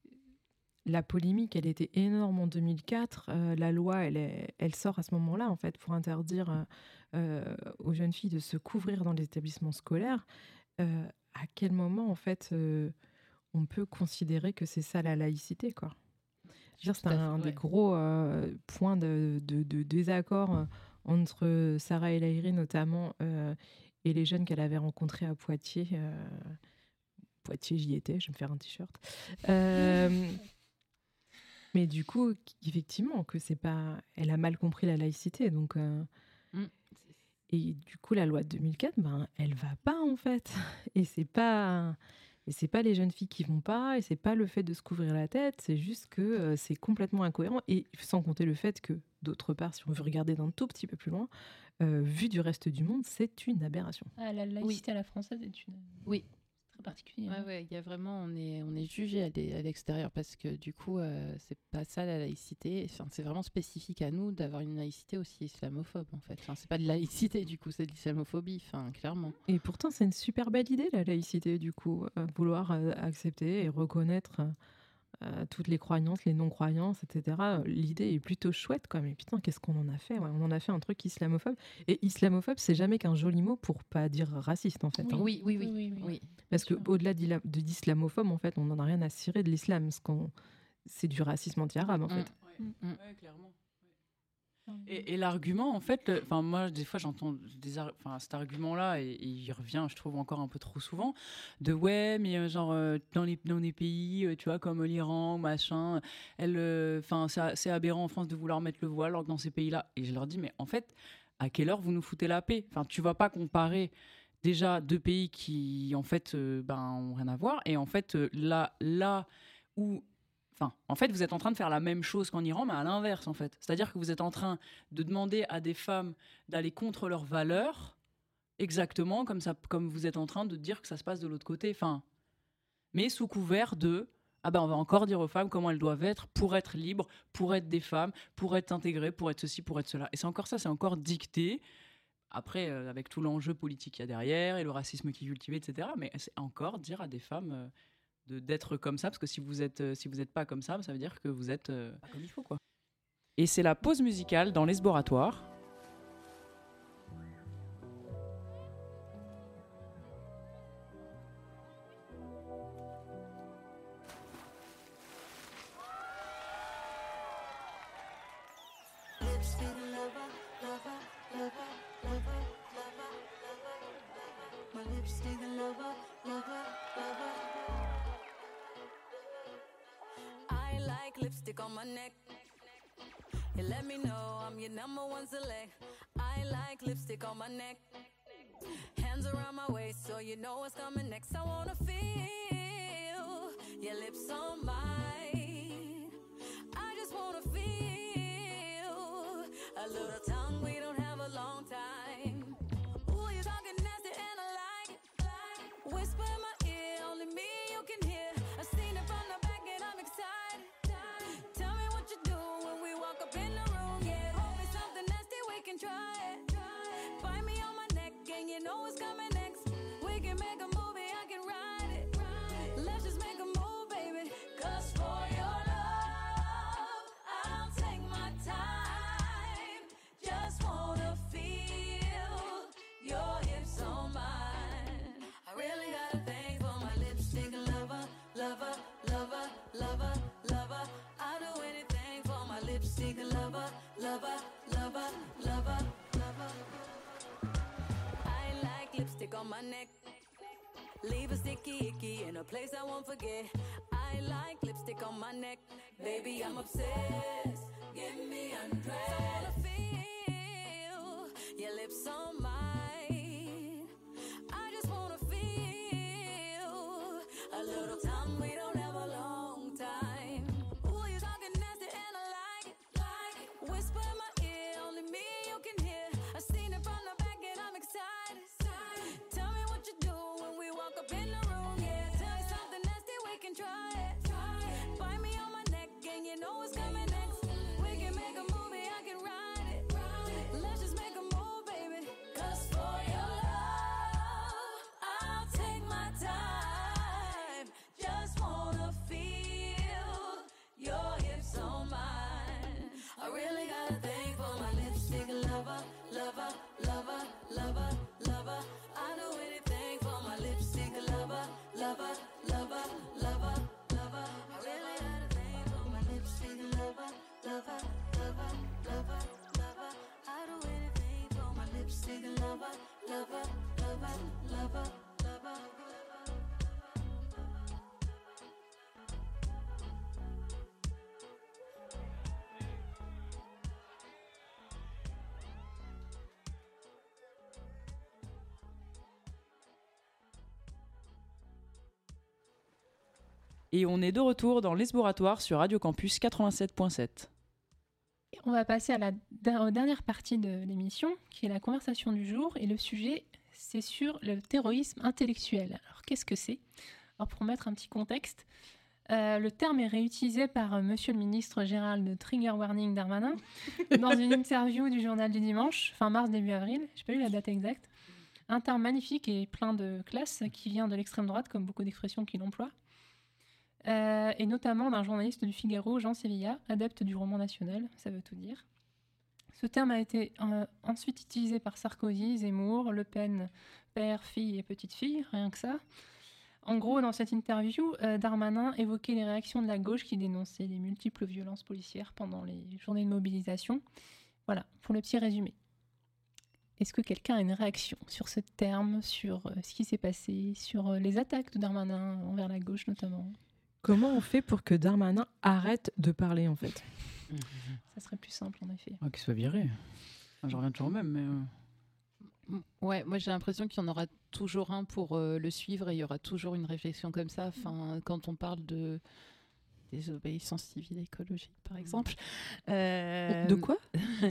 la polémique, elle était énorme en deux mille quatre. Euh, la loi, elle, est, elle sort à ce moment-là en fait pour interdire euh, euh, aux jeunes filles de se couvrir dans les établissements scolaires. Euh, à quel moment en fait euh, on peut considérer que c'est ça la laïcité, quoi? C'est un, un ouais. des gros euh, points de, de, de désaccord euh, entre Sarah El Haïry notamment euh, et les jeunes qu'elle avait rencontrés à Poitiers. Euh, Poitiers, j'y étais, je vais me faire un t-shirt. Euh, mais du coup, effectivement, que c'est pas, elle a mal compris la laïcité. Donc, euh, mm. Et du coup, la loi de deux mille quatre, ben, elle va pas en fait. Et c'est pas, et c'est pas les jeunes filles qui vont pas, et c'est pas le fait de se couvrir la tête, c'est juste que euh, c'est complètement incohérent. Et sans compter le fait que, d'autre part, si on veut regarder d'un tout petit peu plus loin, euh, vu du reste du monde, c'est une aberration. Ah, la laïcité à la française est une. Oui. Très particulier. Ouais, ouais, il y a vraiment, on est, on est jugé à, l'e- à l'extérieur parce que du coup, euh, c'est pas ça la laïcité. Enfin, c'est vraiment spécifique à nous d'avoir une laïcité aussi islamophobe en fait. Enfin, c'est pas de laïcité du coup, c'est de l'islamophobie, enfin, clairement. Et pourtant, c'est une super belle idée, la laïcité, du coup. Euh, vouloir euh, accepter et reconnaître euh, euh, toutes les croyances, les non-croyances, et cetera. Euh, L'idée est plutôt chouette, quoi. Mais putain, qu'est-ce qu'on en a fait? Ouais, on en a fait un truc islamophobe. Et islamophobe, c'est jamais qu'un joli mot pour pas dire raciste, en fait. hein. Oui, oui, oui, oui, oui. Parce qu'au-delà d'ila- de d'islamophobe, en fait, on n'en a rien à cirer de l'islam. Ce qu'on- C'est du racisme anti-arabe, en fait. Ouais, clairement. Et, et l'argument, en fait, le- enfin moi des fois j'entends des, ar- enfin cet argument-là et, et il revient, je trouve encore un peu trop souvent, de ouais mais euh, genre euh, dans les dans les pays, euh, tu vois comme l'Iran machin, elle, enfin c'est c'est aberrant en France de vouloir mettre le voile alors que dans ces pays-là. Et je leur dis mais en fait à quelle heure vous nous foutez la paix? Enfin tu vas pas comparer déjà deux pays qui en fait euh, ben ont rien à voir et en fait euh, là là où Enfin, en fait, vous êtes en train de faire la même chose qu'en Iran, mais à l'inverse, en fait. C'est-à-dire que vous êtes en train de demander à des femmes d'aller contre leurs valeurs, exactement comme, ça, comme vous êtes en train de dire que ça se passe de l'autre côté. Enfin, mais sous couvert de ah ben on va encore dire aux femmes comment elles doivent être pour être libres, pour être des femmes, pour être intégrées, pour être ceci, pour être cela. Et c'est encore ça, c'est encore dicté. Après, euh, avec tout l'enjeu politique qu'il y a derrière et le racisme qui est cultivé, et cetera. Mais c'est encore dire à des femmes. Euh, de d'être comme ça parce que si vous êtes euh, si vous êtes pas comme ça ça veut dire que vous êtes euh, pas comme il faut quoi. Et c'est la pause musicale dans l'Esboratoire. I like lipstick on my neck. You let me know I'm your number one select. I like lipstick on my neck. Hands around my waist so you know what's coming next. I wanna feel your lips on mine. I just wanna feel a little tongue. We don't have a long time. Ooh, you talking nasty and I like it. Whisper in my ear, only me you can hear. I seen it from the back and I'm excited. Tell me what you do when we walk up in the room. Yeah, hold me something nasty, we can try it. Bite me on my neck and you know what's coming next. We can make a movie, I can write it. Let's just make a move, baby. Cause for your love, I'll take my time. Just wanna feel your hips on mine. I really got a thing for my lipstick lover, lover, lover, lover, lover. I'll do anything for my lipstick lover, lover, lover, lover, lover. I like lipstick on my neck. Leave a sticky icky in a place I won't forget. I like lipstick on my neck. Baby, I'm obsessed. Get me undressed. I wanna feel your lips on mine. I just wanna feel a little time. We don't have a long time. Ooh, you talking nasty and I like it. Like it. Whisper in my ear, only me you can hear. I seen it from the back and I'm excited. Tell me what you do when we walk up in the room. Yeah, tell me something nasty, we can try it. Bite me on my neck and you know what's coming next. We can make a movie, I can write it. Let's just make a move, baby. Cause for your love, I'll take my time. Just wanna feel your hips on mine. I really got a thing for my lipstick lover, lover, lover, lover, lover. I do anything for my lipstick lover, lover, lover, lover, lover. I really got a thing for my lipstick lover, lover, lover, lover. et on est de retour dans l'Esboratoire sur Radio Campus quatre-vingt-sept point sept. On va passer à la der- dernière partie de l'émission, qui est la conversation du jour, et le sujet, c'est sur le terrorisme intellectuel. Alors, qu'est-ce que c'est ? Alors, pour mettre un petit contexte, euh, le terme est réutilisé par euh, Monsieur le ministre Gérald Trigger Warning Darmanin dans une interview du Journal du Dimanche, fin mars, début avril. Je n'ai pas eu la date exacte. Un terme magnifique et plein de classe qui vient de l'extrême droite, comme beaucoup d'expressions qu'il emploie. Euh, et notamment d'un journaliste du Figaro, Jean Sevilla, adepte du roman national, ça veut tout dire. Ce terme a été euh, ensuite utilisé par Sarkozy, Zemmour, Le Pen, père, fille et petite-fille, rien que ça. En gros, dans cette interview, euh, Darmanin évoquait les réactions de la gauche qui dénonçaient les multiples violences policières pendant les journées de mobilisation. Voilà, pour le petit résumé. Est-ce que quelqu'un a une réaction sur ce terme, sur euh, ce qui s'est passé, sur euh, les attaques de Darmanin envers la gauche notamment ? Comment on fait pour que Darmanin arrête de parler, en fait ? Ça serait plus simple, en effet. Ah, qu'il soit viré. Enfin, je reviens toujours au même, mais... euh, Ouais, moi j'ai l'impression qu'il y en aura toujours un pour euh, le suivre et il y aura toujours une réflexion comme ça. Enfin, quand on parle de désobéissance civile écologique, par exemple. Euh... De quoi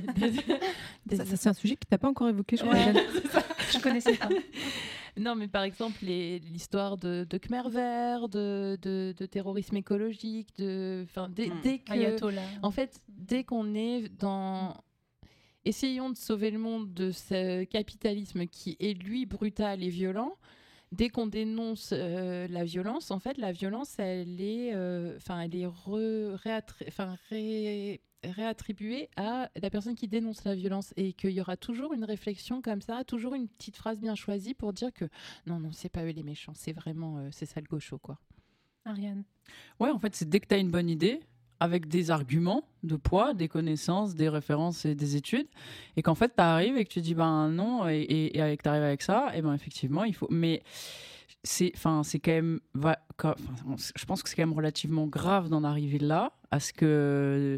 des... ça, ça, C'est un sujet que tu n'as pas encore évoqué, je crois. Ouais, je connaissais pas. Non, mais par exemple, les, l'histoire de, de Khmer vert, de, de, de terrorisme écologique, de, enfin, dès, mmh. dès que, Ayatollah. en fait, dès qu'on est dans, essayons de sauver le monde de ce capitalisme qui est lui brutal et violent. Dès qu'on dénonce euh, la violence, en fait, la violence, elle est, enfin, euh, elle est re, réattri- enfin, ré, réattribuée à la personne qui dénonce la violence, et qu'il y aura toujours une réflexion comme ça, toujours une petite phrase bien choisie pour dire que non, non, c'est pas eux les méchants, c'est vraiment, euh, c'est ça le gaucho, quoi. Ariane. Ouais, en fait, c'est dès que tu as une bonne idée, avec des arguments de poids, des connaissances, des références et des études, et qu'en fait, tu arrives et que tu dis, ben non, et, et, et que tu arrives avec ça, et ben effectivement, il faut... Mais c'est, c'est quand même... Va, quand, je pense que c'est quand même relativement grave d'en arriver là, à ce que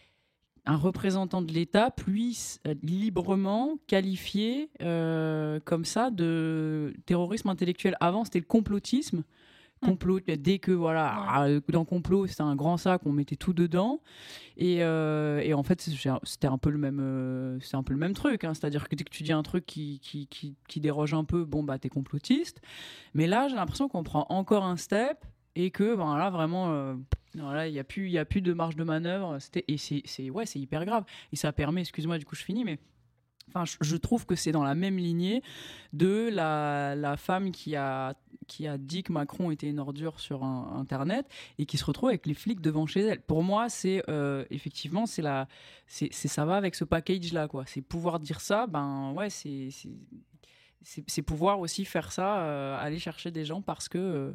un représentant de l'État puisse librement qualifier euh, comme ça de terrorisme intellectuel. Avant, c'était le complotisme. Complot, dès que voilà, ouais. Dans complot, c'était un grand sac, on mettait tout dedans, et, euh, et en fait c'était un peu le même, euh, c'est un peu le même truc, hein. C'est-à-dire que dès que tu dis un truc qui, qui, qui, qui déroge un peu, bon bah t'es complotiste. Mais là j'ai l'impression qu'on prend encore un step et que ben là vraiment, euh, il n'y a plus, il y a plus de marge de manœuvre. C'était, et c'est, c'est ouais, c'est hyper grave. Et ça permet, excuse-moi, du coup je finis, mais enfin, je, je trouve que c'est dans la même lignée de la, la femme qui a, qui a dit que Macron était une ordure sur un, Internet et qui se retrouve avec les flics devant chez elle. Pour moi, c'est euh, effectivement, c'est la, c'est, c'est, ça va avec ce package-là, quoi. C'est pouvoir dire ça, ben ouais, c'est, c'est, c'est, c'est pouvoir aussi faire ça, euh, aller chercher des gens parce que... Euh...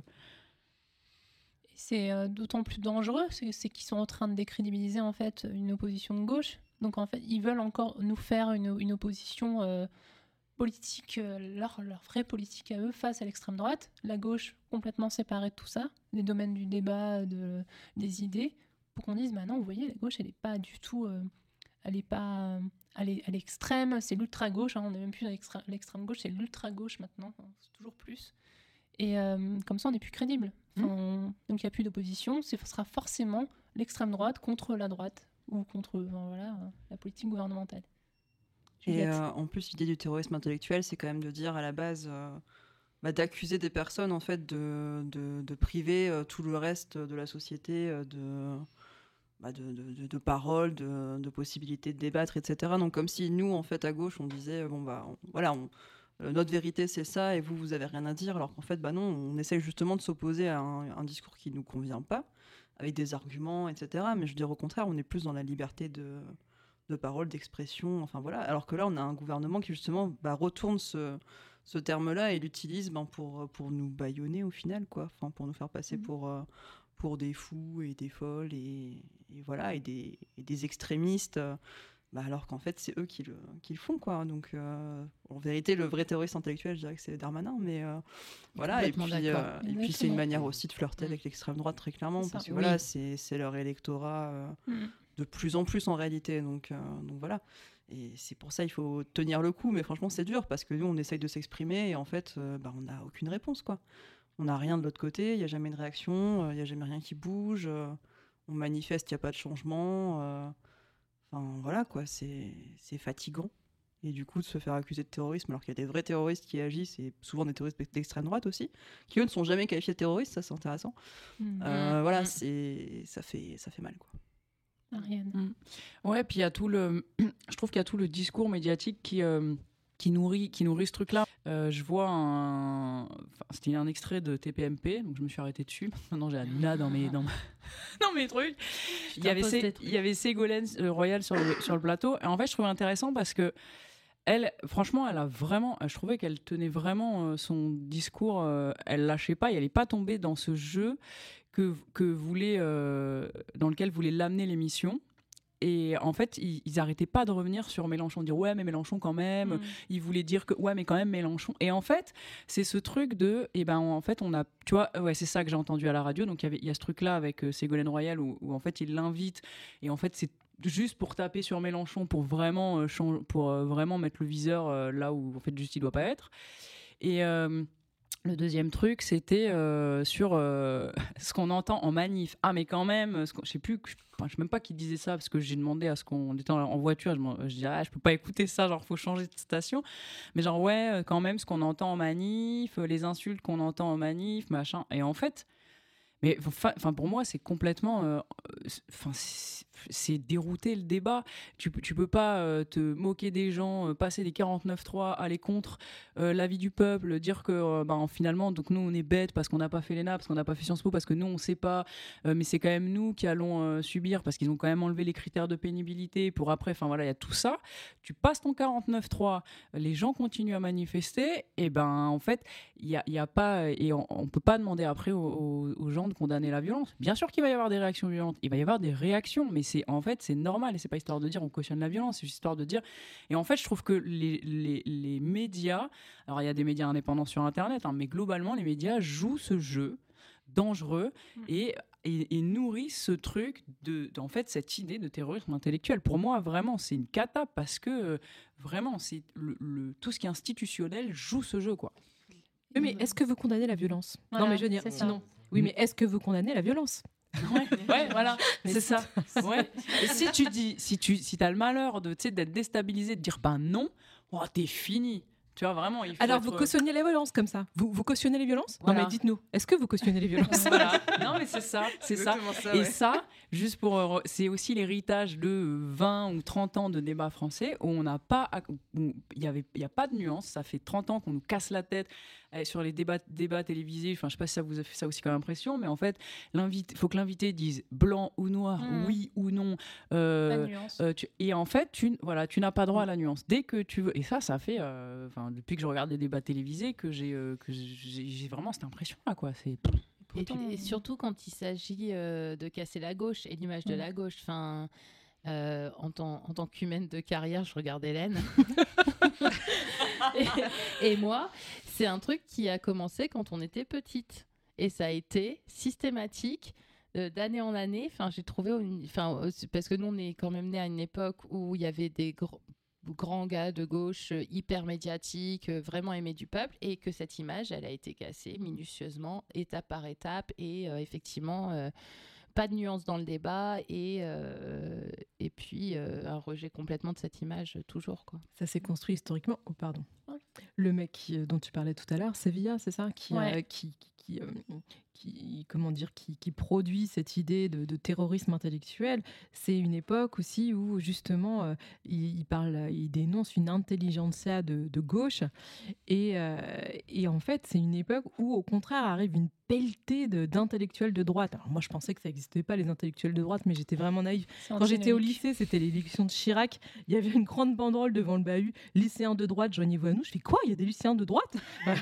C'est euh, d'autant plus dangereux, c'est, c'est qu'ils sont en train de décrédibiliser en fait une opposition de gauche. Donc en fait, ils veulent encore nous faire une, une opposition euh, politique, euh, leur, leur vraie politique à eux face à l'extrême droite. La gauche complètement séparée de tout ça, des domaines du débat, de, des idées, pour qu'on dise, bah non, vous voyez, la gauche, elle n'est pas du tout... Euh, elle n'est pas... Elle est à l'extrême, c'est l'ultra-gauche, hein, on n'est même plus à l'extrême, l'extrême gauche, c'est l'ultra-gauche maintenant, hein, c'est toujours plus. Et euh, comme ça, on n'est plus crédible. Enfin, mmh. on, donc il n'y a plus d'opposition, ce sera forcément l'extrême droite contre la droite, ou contre enfin, voilà, la politique gouvernementale. Et euh, en plus, l'idée du terrorisme intellectuel, c'est quand même de dire à la base, euh, bah, d'accuser des personnes en fait de, de, de priver euh, tout le reste de la société euh, de, bah, de, de, de, de paroles, de, de possibilités de débattre, et cetera. Donc comme si nous, en fait, à gauche, on disait bon bah on, voilà, on, euh, notre vérité c'est ça et vous, vous avez rien à dire, alors qu'en fait, bah non, on essaye justement de s'opposer à un, un discours qui nous convient pas, avec des arguments, et cetera. Mais je veux dire, au contraire, on est plus dans la liberté de, de parole, d'expression, enfin voilà. Alors que là, on a un gouvernement qui, justement, bah, retourne ce, ce terme-là et l'utilise ben, pour, pour nous bâillonner, au final, quoi. Enfin, pour nous faire passer mmh. pour, euh, pour des fous et des folles et, et voilà, et des, et des extrémistes, euh, bah, alors qu'en fait, c'est eux qui le, qui le font, quoi. Donc, euh, en vérité, le vrai terroriste intellectuel, je dirais que c'est Darmanin, mais euh, voilà. Et puis, euh, et puis, c'est une manière aussi de flirter avec l'extrême droite, très clairement, parce que oui. voilà, c'est, c'est leur électorat euh, mmh. de plus en plus, en réalité. Donc, euh, donc voilà. Et c'est pour ça il faut tenir le coup, mais franchement, c'est dur, parce que nous, on essaye de s'exprimer, et en fait, euh, bah, on n'a aucune réponse, quoi. On n'a rien de l'autre côté, il n'y a jamais de réaction, il n'y a jamais rien qui bouge, euh, on manifeste, il n'y a pas de changement. euh, Enfin, voilà, quoi, c'est c'est fatigant. Et du coup, de se faire accuser de terrorisme alors qu'il y a des vrais terroristes qui agissent, et souvent des terroristes d'extrême droite aussi, qui eux ne sont jamais qualifiés de terroristes, ça c'est intéressant. Mmh. Euh, Mmh. voilà, Mmh. c'est ça fait, ça fait mal, quoi. Ariane. Mm. Ouais, puis il y a tout le, je trouve qu'il y a tout le discours médiatique qui euh, qui nourrit qui nourrit ce truc-là. Euh, je vois un, enfin, c'était un extrait de T P M P, donc je me suis arrêtée dessus. Maintenant j'ai Hanouna dans mes dans, ma- dans mes trucs. Il y avait t'imposes Sé- des trucs. il y avait Ségolène euh, Royal sur le sur le plateau, et en fait je trouvais intéressant parce que elle, franchement, elle a vraiment, je trouvais qu'elle tenait vraiment euh, son discours, euh, elle lâchait pas, et elle n'est pas tombée dans ce jeu que, que voulait, euh, dans lequel voulait l'amener l'émission. Et en fait, ils, ils arrêtaient pas de revenir sur Mélenchon, dire ouais, mais Mélenchon quand même. Mm. Ils voulaient dire que ouais, mais quand même Mélenchon. Et en fait, c'est ce truc de, et ben en fait, on a, tu vois, ouais, c'est ça que j'ai entendu à la radio. Donc il y avait, il y a ce truc-là avec euh, Ségolène Royal où, où en fait il l'invite, et en fait c'est juste pour taper sur Mélenchon, pour vraiment, euh, chan- pour euh, vraiment mettre le viseur euh, là où en fait juste il doit pas être. Et euh, le deuxième truc, c'était euh, sur euh, ce qu'on entend en manif. Ah, mais quand même, ce qu'on- je sais plus, je, enfin, je sais même pas qui disait ça, parce que j'ai demandé à ce qu'on était en, en voiture, je, m'en- je disais, ah, je peux pas écouter ça, genre, faut changer de station. Mais genre, ouais, euh, quand même, ce qu'on entend en manif, euh, les insultes qu'on entend en manif, machin. Et en fait, mais enfin, pour moi, c'est complètement, euh, enfin, c'est c'est dérouter le débat. Tu, peux- tu peux pas euh, te moquer des gens, euh, passer des quarante-neuf trois, aller contre euh, l'avis du peuple, dire que euh, ben, finalement, donc nous on est bêtes parce qu'on n'a pas fait l'E N A, parce qu'on n'a pas fait Sciences Po, parce que nous on sait pas, euh, mais c'est quand même nous qui allons euh, subir parce qu'ils ont quand même enlevé les critères de pénibilité pour après. Enfin voilà, il y a tout ça. Tu passes ton quarante-neuf trois, les gens continuent à manifester, et ben en fait, il y a, il y a pas, et on, on peut pas demander après aux, aux- aux gens de condamner la violence. Bien sûr qu'il va y avoir des réactions violentes, il va y avoir des réactions, mais c'est en fait c'est normal, et c'est pas histoire de dire on cautionne la violence, c'est juste histoire de dire. Et en fait, je trouve que les, les, les médias, alors il y a des médias indépendants sur Internet, hein, mais globalement les médias jouent ce jeu dangereux et, et, et nourrissent ce truc de, en fait, cette idée de terrorisme intellectuel. Pour moi, vraiment, c'est une cata parce que euh, vraiment, c'est le, le- tout ce qui est institutionnel joue ce jeu, quoi. Oui, mais est-ce que vous condamnez la violence? Voilà, Non, mais je veux dire, c'est ça. sinon. Oui, mais est-ce que vous condamnez la violence? Ouais, ouais, voilà, Mais c'est ça- ça. Ouais. Et si tu dis, si tu, si t'as le malheur de, tu sais, d'être déstabilisé, de dire ben non, oh, t'es fini. Tu vois vraiment. Il faut Alors, être- vous cautionnez les violences comme ça? Vous, vous cautionnez les violences? Voilà. Non, mais dites-nous, est-ce que vous cautionnez les violences? Voilà. Non, mais c'est ça, c'est ça. Exactement ça, Et ouais. ça, juste pour, euh, c'est aussi l'héritage de vingt ou trente ans de débat français où on n'a pas, où il y avait, il y a pas de nuance. Ça fait trente ans qu'on nous casse la tête euh, sur les débats, débats télévisés. Enfin, je sais pas si ça vous a fait ça aussi comme impression, mais en fait, l'invité, faut que l'invité dise blanc ou noir, Mmh. oui ou non. euh, Pas de nuance. euh, tu- et en fait, tu, voilà, tu n'as pas droit à la nuance. Dès que tu veux, et ça, ça fait, euh, enfin, depuis que je regarde des débats télévisés, que j'ai, euh, que j'ai, j'ai vraiment cette impression-là, quoi. C'est Et, et surtout quand il s'agit euh, de casser la gauche et l'image de Mm. la gauche. Enfin, euh, en tant, en tant qu'humaine de carrière, je regarde Hélène. et, et moi, c'est un truc qui a commencé quand on était petite. Et ça a été systématique euh, d'année en année. Enfin, j'ai trouvé, une- enfin, euh, c'est parce que nous, on est quand même né à une époque où il y avait des gros grands gars de gauche euh, hyper médiatiques, euh, vraiment aimés du peuple, et que cette image, elle a été cassée minutieusement, étape par étape, et euh, effectivement, euh, pas de nuance dans le débat, et, euh, et puis euh, un rejet complètement de cette image, euh, toujours, quoi. Ça s'est construit historiquement. Oh, pardon. Ouais. Le mec qui, euh, dont tu parlais tout à l'heure, Sevilla, c'est ça, qui, Ouais. euh, qui, qui, qui, euh, qui- comment dire, qui, qui produit cette idée de, de terrorisme intellectuel. C'est une époque aussi où justement euh, il, il parle, il dénonce une intelligentsia de, de gauche, et, euh, et en fait c'est une époque où au contraire arrive une pelletée de- d'intellectuels de droite. Alors moi je pensais que ça n'existait pas les intellectuels de droite, mais j'étais vraiment naïve. C'est Quand j'étais au antinomique. lycée, c'était l'élection de Chirac, il y avait une grande banderole devant le bahut, lycéens de droite, joignez-vous à nous. Je fais quoi? Il y a des lycéens de droite?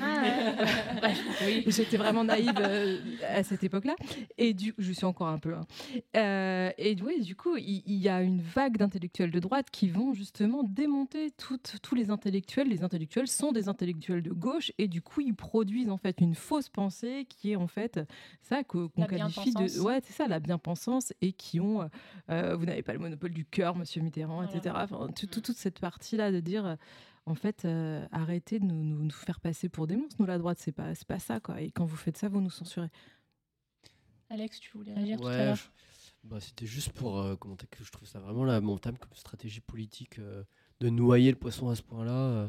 Oui, j'étais vraiment naïve euh, à cette époque-là. Et du, je suis encore un peu. hein. Euh, et ouais, du coup, il, il y a une vague d'intellectuels de droite qui vont justement démonter toutes- tous les intellectuels. Les intellectuels sont des intellectuels de gauche, et du coup, ils produisent en fait une fausse pensée qui est en fait ça que- qu'on La qualifie de. bien-pensance. Ouais, c'est ça, la bien-pensance, et qui ont. euh, vous n'avez pas le monopole du cœur, Monsieur Mitterrand, Voilà. et cetera. Enfin, tout- tout- toute cette partie-là de dire. euh, en fait, euh, arrêtez de nous, nous, nous faire passer pour des monstres. Nous, la droite, c'est pas, c'est pas ça, quoi. Et quand vous faites ça, vous nous censurez. Alex, tu voulais réagir tout à Ouais, l'heure je- bah, c'était juste pour euh, commenter que je trouve ça vraiment lamentable comme stratégie politique euh, de noyer le poisson à ce point-là euh,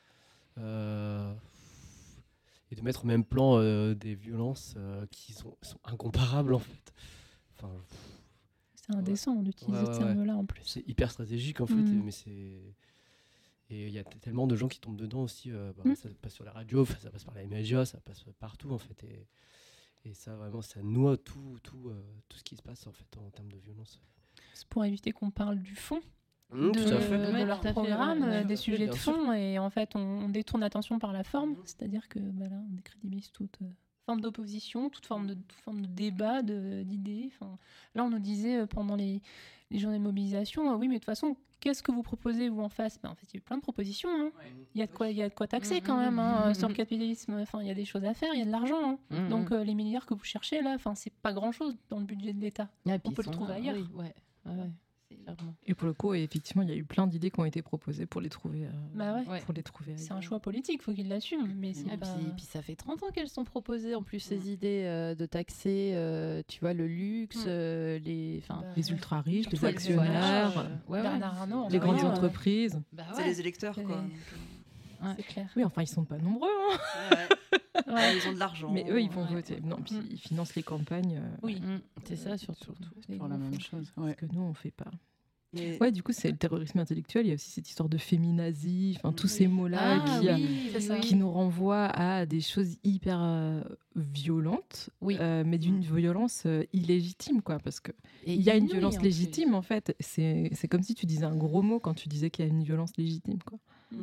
euh, et de mettre au même plan euh, des violences euh, qui sont, sont incomparables en fait. Enfin, C'est indécent d'utiliser ouais, ouais, ce ouais. terme-là en plus. C'est hyper stratégique en fait, Mm. et- mais c'est et il y a t- tellement de gens qui tombent dedans aussi. euh, bah, Mm. Ça passe sur la radio, enfin, ça passe par les médias, ça passe partout en fait. Et, et ça vraiment, ça noie tout, tout, euh, tout ce qui se passe en fait en termes de violence. C'est pour éviter qu'on parle du fond Mmh, de, tout à fait. de Ouais, leur tout à fait, programme, ouais, ouais, euh, tout des à fait, sujets de bien sûr. fond, et en fait on, on détourne l'attention par la forme, c'est-à-dire que bah là, on décrédibilise toute euh, forme d'opposition, toute forme de, toute forme de débat, de- d'idées. Enfin, là, on nous disait euh, pendant les, les journées de mobilisation, euh, oui, mais de toute façon, qu'est-ce que vous proposez, vous, en face? Ben, en fait, il y a eu plein de propositions. hein. Il y a de quoi, il y a de quoi taxer quand même hein, Mhm. sur le capitalisme. Enfin, il y a des choses à faire, il y a de l'argent. hein. Mhm. Donc, euh, les milliards que vous cherchez là, enfin, c'est pas grand-chose dans le budget de l'État. Et puis On peut ils le sont trouver là, ailleurs. oui, ouais, ouais, ouais, clairement. Et pour le coup, effectivement, il y a eu plein d'idées qui ont été proposées pour les trouver. euh, Bah ouais. Ouais. Pour les trouver. C'est un choix politique, faut qu'ils l'assument, mais c'est Et pas... puis, puis ça fait trente ans qu'elles sont proposées en plus ces idées euh, de taxer, euh, tu vois, le luxe, Mm. euh, les, enfin, Bah, Les ultra riches, les Surtout avec le actionnaires, voilà, euh, ouais, ouais. Bernard Arnault, en les grandes parlant, euh, entreprises. Bah C'est ouais. les électeurs, quoi. C'est- donc, euh, Ouais. c'est clair. Oui, enfin, ils sont pas nombreux. hein. ouais. Ouais. Ils ont de l'argent. Mais eux, ils vont Ouais. voter. Non, puis Mm. ils financent les campagnes. euh, Oui. Mm, c'est ça surtout. Les toujours la gros même fonds. chose. Parce Ouais. que nous, on fait pas. Mais- Ouais, du coup, c'est le terrorisme intellectuel. Il y a aussi cette histoire de féminazie, enfin, tous ces mots-là Ah qui, euh, oui, c'est ça. qui nous renvoient à des choses hyper euh, violentes, Oui. euh, mais d'une violence euh, illégitime, quoi. Parce que Et il y a une inouïe, violence en plus. légitime, en fait. C'est c'est comme si tu disais un gros mot quand tu disais qu'il y a une violence légitime, quoi.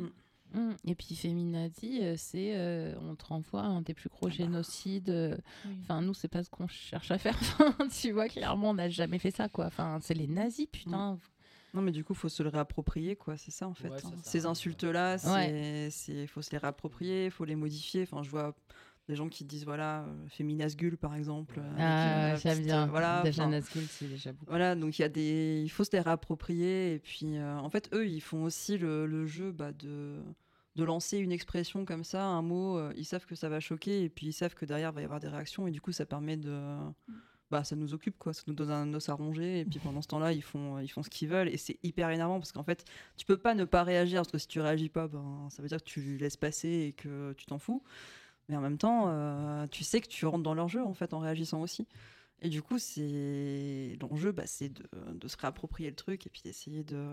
Mm. Et puis féminazie, euh, c'est euh, on te renvoie à un des plus gros génocides. euh, Oui. Enfin, nous, c'est pas ce qu'on cherche à faire. Enfin, tu vois, clairement, on n'a jamais fait ça, quoi. Enfin, c'est les nazis, putain. Non, mais du coup, faut se le réapproprier, quoi. C'est ça, en fait. Ouais, ça hein. sert à Ces rien, insultes-là, Ouais. c'est, c'est, faut se les réapproprier, faut les modifier. Enfin, je vois des gens qui disent, voilà, euh, féminasgule, par exemple. euh, avec, Ah, euh, j'aime petite, bien. euh, voilà, Déjà, enfin, Nazgul, c'est déjà beaucoup. Voilà, donc il y a des, il faut se les réapproprier. Et puis, euh, en fait, eux, ils font aussi le, le jeu bah, de, de lancer une expression comme ça, un mot. euh, ils savent que ça va choquer, et puis ils savent que derrière il va y avoir des réactions, et du coup, ça permet de, bah, ça nous occupe, quoi. Ça nous donne un os à ronger, et puis pendant ce temps-là, ils font, ils font ce qu'ils veulent, et c'est hyper énervant parce qu'en fait, tu peux pas ne pas réagir, parce que si tu réagis pas, ben, ça veut dire que tu laisses passer et que tu t'en fous. Mais en même temps, euh, tu sais que tu rentres dans leur jeu, en fait, en réagissant aussi. Et du coup, c'est l'enjeu, bah, c'est de, de se réapproprier le truc et puis d'essayer de.